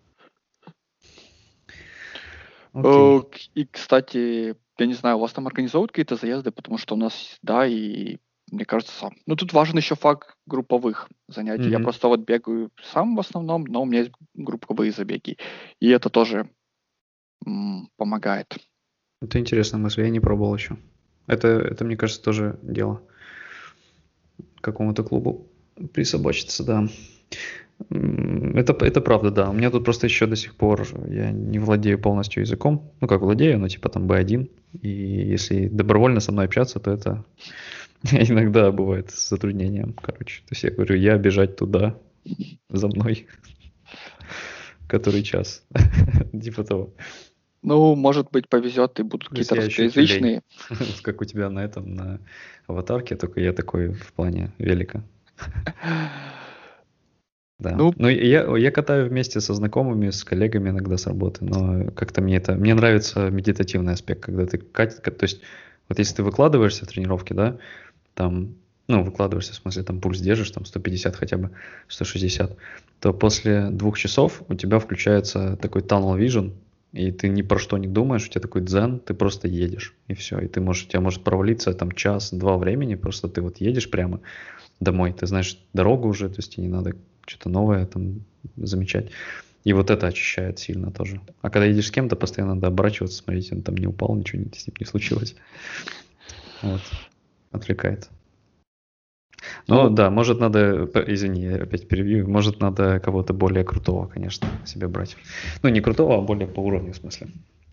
Окей. И, кстати, я не знаю, у вас там организовывают какие-то заезды, потому что у нас, да, и мне кажется, ну тут важен еще факт групповых занятий. Я Мгм. просто вот бегаю сам в основном, но у меня есть групповые забеги. И это тоже помогает. Это интересная мысль, я не пробовал еще. Это, мне кажется, тоже дело к какому-то клубу присобачиться, да. Это правда, да. У меня тут просто еще до сих пор я не владею полностью языком. Ну, как владею, но типа там B1. И если добровольно со мной общаться, то это иногда бывает с затруднением, короче. То есть я говорю, я бежать туда, за мной, который час. Типа того. Ну, может быть, повезет, и будут То есть какие-то я еще тюлень, русскоязычные. как у тебя на этом, на аватарке, только я такой в плане велика. Да. Ну, Ну, я катаю вместе со знакомыми, с коллегами иногда с работы, но как-то мне нравится медитативный аспект, когда ты то есть вот если ты выкладываешься в тренировке, да, там, ну, выкладываешься, в смысле, там пульс держишь, там 150 хотя бы, 160, то после 2 часов у тебя включается такой tunnel vision, и ты ни про что не думаешь, у тебя такой дзен, ты просто едешь, и все, и у тебя может провалиться там час-два времени, просто ты вот едешь прямо домой, ты знаешь дорогу уже, то есть тебе не надо что-то новое там замечать. И вот это очищает сильно тоже. А когда едешь с кем-то, постоянно надо оборачиваться, смотреть, он там не упал, ничего с ним не случилось. Вот. Отвлекает. Ну ну, да, может надо, извини, я опять перебью, может надо кого-то более крутого, конечно, себе брать. Ну не крутого, а более по уровню в смысле.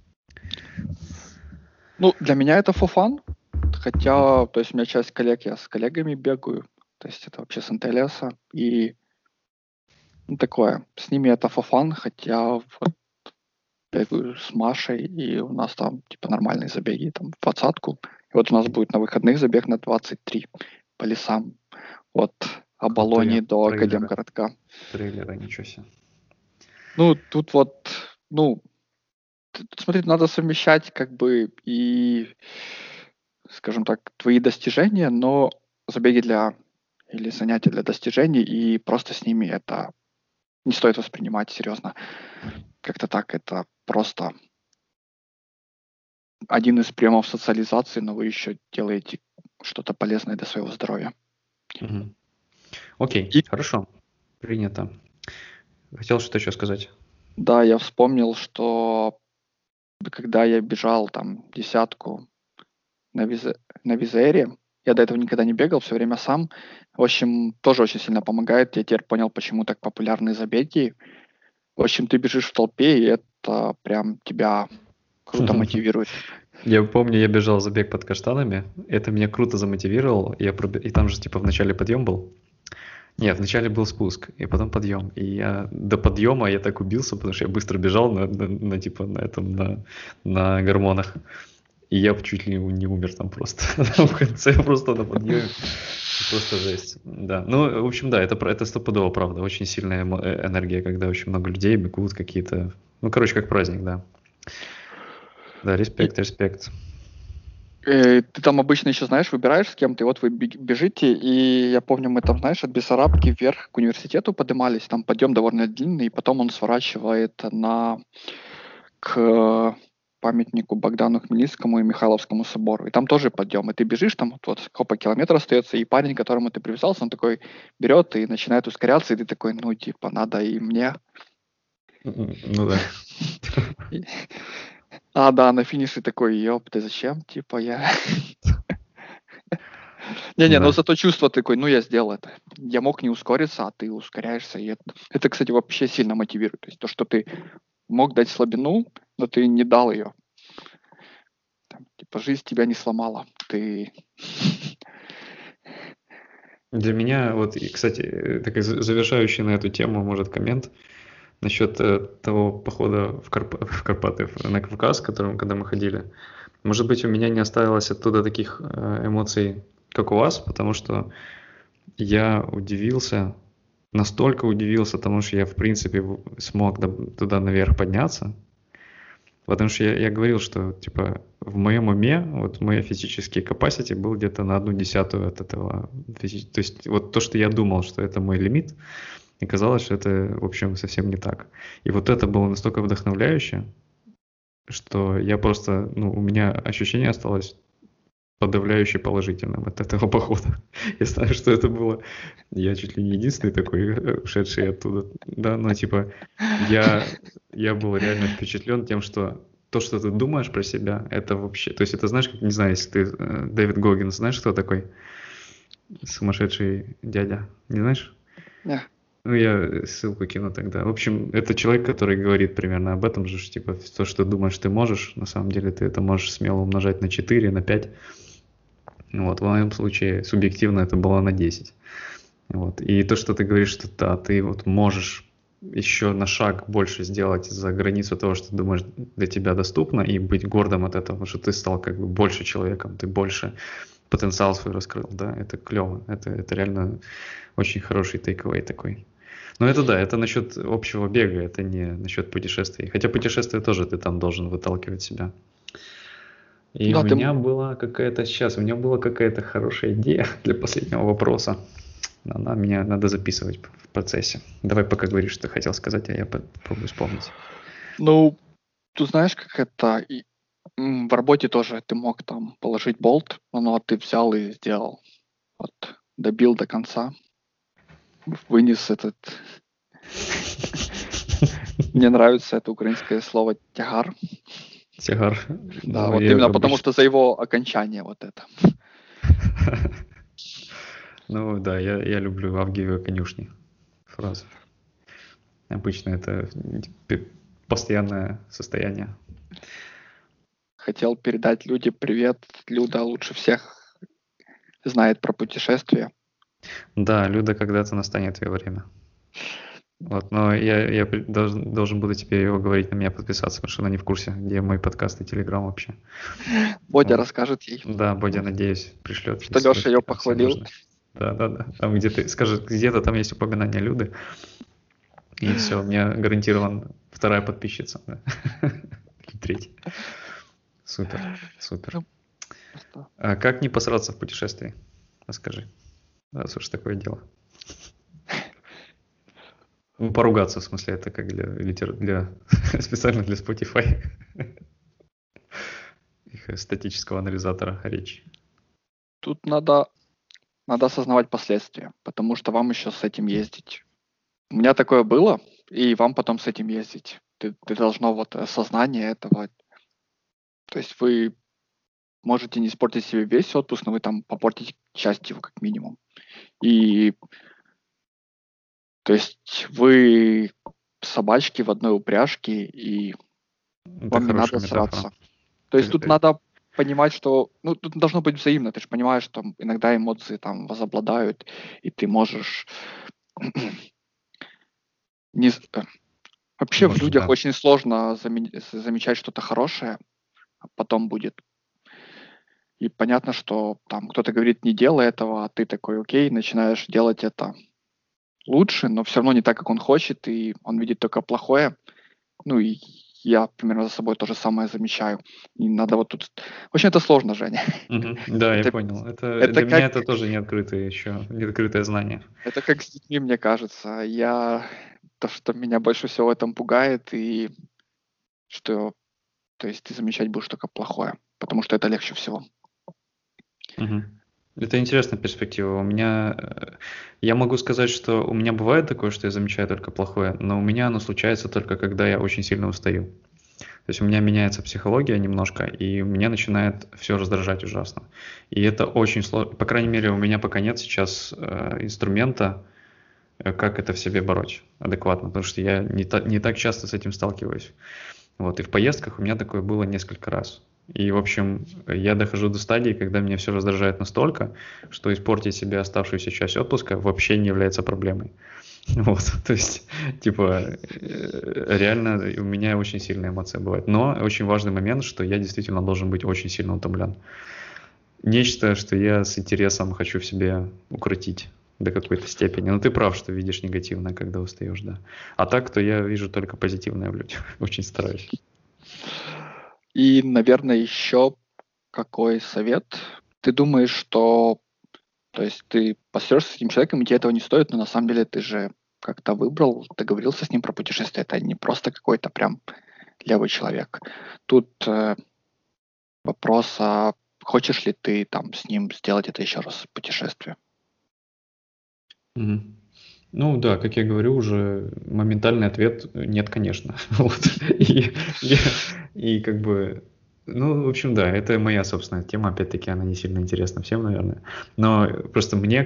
ну, для меня это for fun, хотя, то есть у меня часть коллег, я с коллегами бегаю, то есть это вообще с НТЛСа, и ну, такое, с ними это for fun, хотя вот бегаю с Машей, и у нас там типа нормальные забеги, там в 20-ку, и вот у нас будет на выходных забег на 23 по лесам, от Оболони Крутые до трейлеры, Академгородка. ничего себе. Ну, тут вот, ну, тут, смотри, надо совмещать как бы и, скажем так, твои достижения, но забеги для или занятия для достижений, и просто с ними это не стоит воспринимать серьезно. Как-то так, это просто один из приемов социализации, но вы еще делаете что-то полезное для своего здоровья. Мгм. Окей, И хорошо, принято. Хотел что-то еще сказать. да, я вспомнил, что когда я бежал там десятку на, на Визере, я до этого никогда не бегал, все время сам. В общем, тоже очень сильно помогает. Я теперь понял, почему так популярны забеги. В общем, ты бежишь в толпе, и это прям тебя круто мотивирует. Я помню, я бежал забег под каштанами, это меня круто замотивировало, и там же типа в начале подъем был. Нет, вначале был спуск, и потом подъем. И до подъема я так убился, потому что я быстро бежал типа на гормонах. И я чуть ли не умер там просто в конце, просто на подъеме. Просто жесть. Да. Ну, в общем, да, это стопудово правда. Очень сильная энергия, когда очень много людей бегут какие-то. Ну, короче, как праздник, да. Да, И респект. ты там обычно еще, знаешь, выбираешь с кем-то, и вот вы бежите, и я помню, мы там, знаешь, от Бессарабки вверх к университету поднимались, там подъем довольно длинный, и потом он сворачивает к памятнику Богдану Хмельницкому и Михайловскому собору. И там тоже подъем. И ты бежишь, там вот сколько километров остается, и парень, к которому ты привязался, он такой берет и начинает ускоряться, и ты такой, ну, типа, надо и мне. Ну да. И- А, да, на финише такой, ёп, ты зачем? Типа, я... Не-не, но Да. зато чувство такое, ну, я сделал это. Я мог не ускориться, а ты ускоряешься. И это, кстати, вообще сильно мотивирует. То есть то, что ты мог дать слабину, но ты не дал ее. Там, типа, жизнь тебя не сломала. Ты... Для меня, вот, и, кстати, такой завершающий на эту тему, может, коммент насчет того похода в Карпаты, на Кавказ, когда мы ходили. Может быть, у меня не осталось оттуда таких эмоций, как у вас, потому что я настолько удивился тому, что я, в принципе, смог туда наверх подняться, потому что я говорил, что, типа, в моем уме, вот мой физический capacity был где-то на 1/10 от этого. То есть вот то, что я думал, что это мой лимит, и казалось, что это, в общем, совсем не так. И вот это было настолько вдохновляюще, что я просто, ну, у меня ощущение осталось подавляюще положительным от этого похода. Я знаю, что это было. Я чуть ли не единственный такой, ушедший оттуда. Да, но типа я был реально впечатлен тем, что то, что ты думаешь про себя, это вообще... То есть это, знаешь, как, не знаю, если ты Дэвид Гоггинс, знаешь, кто такой? Сумасшедший дядя. Не знаешь? Не. Ну, я ссылку кину тогда. В общем, это человек, который говорит примерно об этом же, что, типа, то, что думаешь, ты можешь, на самом деле ты это можешь смело умножать на 4, на 5. Вот, в моем случае субъективно это было на 10. Вот. И то, что ты говоришь, что да, ты вот можешь еще на шаг больше сделать за границу того, что думаешь для тебя доступно, и быть гордым от этого, потому что ты стал как бы больше человеком, ты больше потенциал свой раскрыл, да, это клево, это реально очень хороший takeaway такой. Ну это да, это насчет общего бега, это не насчет путешествий. Хотя путешествия тоже ты там должен выталкивать себя. И Да, у меня была какая-то хорошая идея для последнего вопроса. Она меня надо записывать в процессе. Давай пока говоришь, что хотел сказать, а я попробую вспомнить. ну, ты знаешь, как это... в работе тоже ты мог там положить болт, но ты взял и сделал. Вот, добил до конца, вынес этот... Мне нравится это украинское слово «тягар». Тягар. Да, Ну, вот я именно потому, обычно... что за его окончание вот это. Ну да, я люблю Авгиевы конюшни. Фразу. Обычно это постоянное состояние. Хотел передать Люде привет. Люда лучше всех знает про путешествия. Да, Люда, когда-то настанет ее время. Вот, но я должен буду тебе его говорить, на меня подписаться, потому что она не в курсе, где мой подкаст и Телеграм вообще. Бодя Вот. расскажет ей, Да, Бодя, надеюсь, пришлет что ей Леша ее ссылочки, там все похвалил. нужно. Да. Там где-то скажет, где-то там есть упоминание Люды, и все, у меня гарантирован вторая подписчица. Да. Или третья. Супер. Ну, просто А как не посраться в путешествии? Расскажи, раз уж такое дело. Ну, поругаться, в смысле, это как для специально для Spotify. Их статического анализатора речи. Тут надо осознавать последствия, потому что вам еще с этим ездить. У меня такое было, и вам потом с этим ездить. Ты должно вот осознание этого. То есть вы можете не испортить себе весь отпуск, но вы там попортите часть его как минимум. И то есть вы собачки в одной упряжке, и Это вам не надо хорошая метафора. сраться. То есть тут Ты- надо понимать, что... Ну, тут должно быть взаимно. Ты же понимаешь, что иногда эмоции там возобладают, и ты можешь... не... з- э, Вообще в Можешь, людях да. очень сложно замечать что-то хорошее, а потом будет. И понятно, что там кто-то говорит, не делай этого, а ты такой, окей, начинаешь делать это лучше, но все равно не так, как он хочет, и он видит только плохое. Ну и я примерно за собой то же самое замечаю. И надо вот тут... В общем, это сложно, Женя. Мгм. Да, я Это, понял. Это это для меня как, это тоже неоткрытое знание. это как с детьми, мне кажется. То, что меня больше всего в этом пугает, и что, то есть ты замечать будешь только плохое, потому что это легче всего. Мгм. Это интересная перспектива. Я могу сказать, что у меня бывает такое, что я замечаю только плохое, но у меня оно случается только когда я очень сильно устаю. То есть у меня меняется психология немножко, и меня начинает все раздражать ужасно. И это очень сложно. По крайней мере, у меня пока нет сейчас инструмента, как это в себе бороть адекватно, потому что я не так часто с этим сталкиваюсь. Вот, и в поездках у меня такое было несколько раз. И, в общем, я дохожу до стадии, когда меня все раздражает настолько, что испортить себе оставшуюся часть отпуска вообще не является проблемой. Вот, то есть, типа, реально у меня очень сильная эмоция бывает. Но очень важный момент, что я действительно должен быть очень сильно утомлен. Нечто, что я с интересом хочу в себе укротить до какой-то степени. Но ты прав, что видишь негативное, когда устаешь, да. А так, то я вижу только позитивное в людях. Очень стараюсь. И, наверное, еще какой совет? Ты думаешь, что, то есть ты посрёшься с этим человеком, и тебе этого не стоит, но на самом деле ты же как-то выбрал, договорился с ним про путешествие. Это не просто какой-то прям левый человек. Тут вопрос, а хочешь ли ты там с ним сделать это еще раз, путешествие? Мгм. Ну да, как я говорю, уже моментальный ответ нет, конечно. Вот. И, и как бы, ну, в общем, да, это моя собственная тема, опять-таки, она не сильно интересна всем, наверное. Но просто мне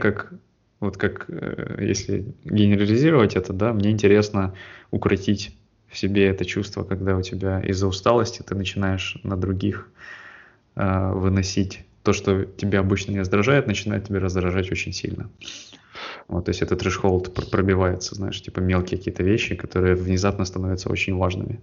если генерализировать это, да, мне интересно укротить в себе это чувство, когда у тебя из-за усталости ты начинаешь на других выносить то, что тебя обычно не раздражает, начинает тебя раздражать очень сильно. Вот, то есть этот трэш-холд пробивается, знаешь, типа мелкие какие-то вещи, которые внезапно становятся очень важными.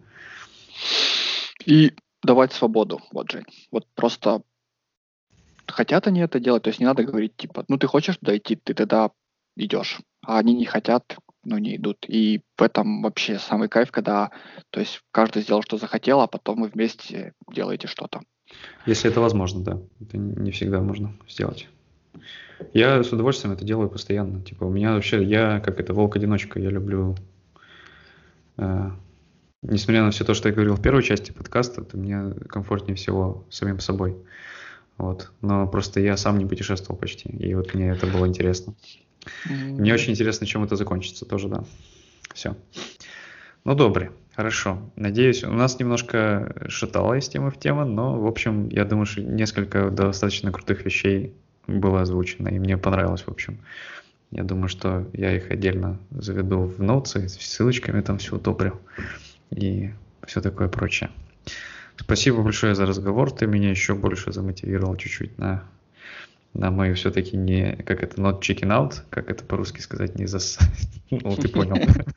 И давать свободу, вот, Жень. Вот просто хотят они это делать, то есть не надо говорить, типа, ну ты хочешь туда идти, ты тогда идешь, а они не хотят, не идут. И в этом вообще самый кайф, когда, то есть каждый сделал, что захотел, а потом вы вместе делаете что-то. Если это возможно, да. Это не всегда можно сделать. Я с удовольствием это делаю постоянно. Типа у меня вообще, я как это, волк-одиночка, я люблю, э, несмотря на все то, что я говорил в первой части подкаста, то мне комфортнее всего самим собой. Вот. Но просто я сам не путешествовал почти, и вот мне это было интересно. Мне очень интересно, чем это закончится тоже, да. Все. Ну, добре, хорошо. Надеюсь, у нас немножко шатало из темы в тему, но, в общем, я думаю, что несколько достаточно крутых вещей было озвучено, и мне понравилось, в общем. Я думаю, что я их отдельно заведу в ноутсы, с ссылочками там все удобрю и все такое прочее. Спасибо большое за разговор, ты меня еще больше замотивировал чуть-чуть на мою все-таки не, как это, not checking out, как это по-русски сказать, не зас... Ну, ты понял.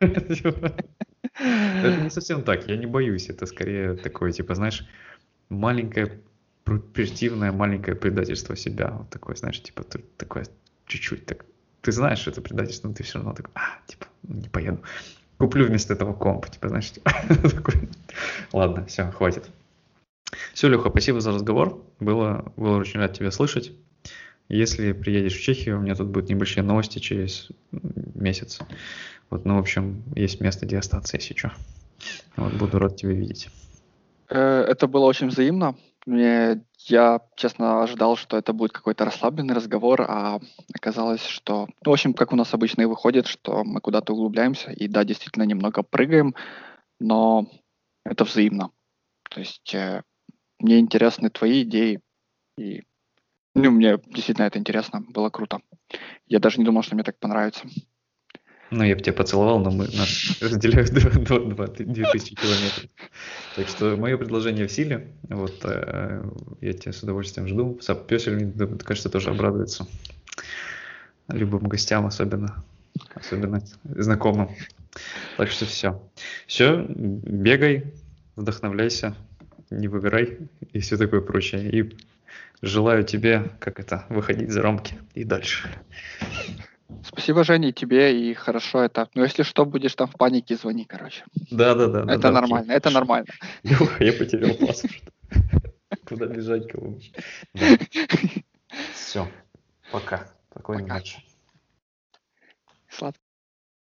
Это не совсем так, я не боюсь, это скорее такое, типа, знаешь, маленькое, противное маленькое предательство себя, вот такое, знаешь, типа, такое чуть-чуть так, ты знаешь, что это предательство, но ты все равно так, типа, не поеду, куплю вместо этого комп, типа, знаешь, типа, такой. Ладно, все, хватит. Все, Леха, спасибо за разговор, было очень рад тебя слышать. Если приедешь в Чехию, у меня тут будут небольшие новости через месяц. Вот, ну, в общем, есть место, где остаться, если что. Вот, буду рад тебя видеть. Это было очень взаимно. Я, честно, ожидал, что это будет какой-то расслабленный разговор, а оказалось, что, в общем, как у нас обычно и выходит, что мы куда-то углубляемся, и да, действительно немного прыгаем, но это взаимно. То есть мне интересны твои идеи, и мне действительно это интересно, было круто. Я даже не думал, что мне так понравится. Ну, я бы тебя поцеловал, но нас разделяют 2000 километров. Так что мое предложение в силе. Вот, я тебя с удовольствием жду. Пёсель, мне кажется, тоже обрадуется. Любым гостям особенно знакомым. Так что все. Все, бегай, вдохновляйся, не выбирай и все такое прочее. И желаю тебе, выходить за рамки и дальше. Спасибо, Женя, и тебе, и хорошо это. Но если что, будешь там в панике, звони, короче. Да. Это нормально, Окей. это нормально. Леха, я потерял паспорт. Куда бежать, кого? Да. Все. Пока. Спокойной Пока. ночи. Сладких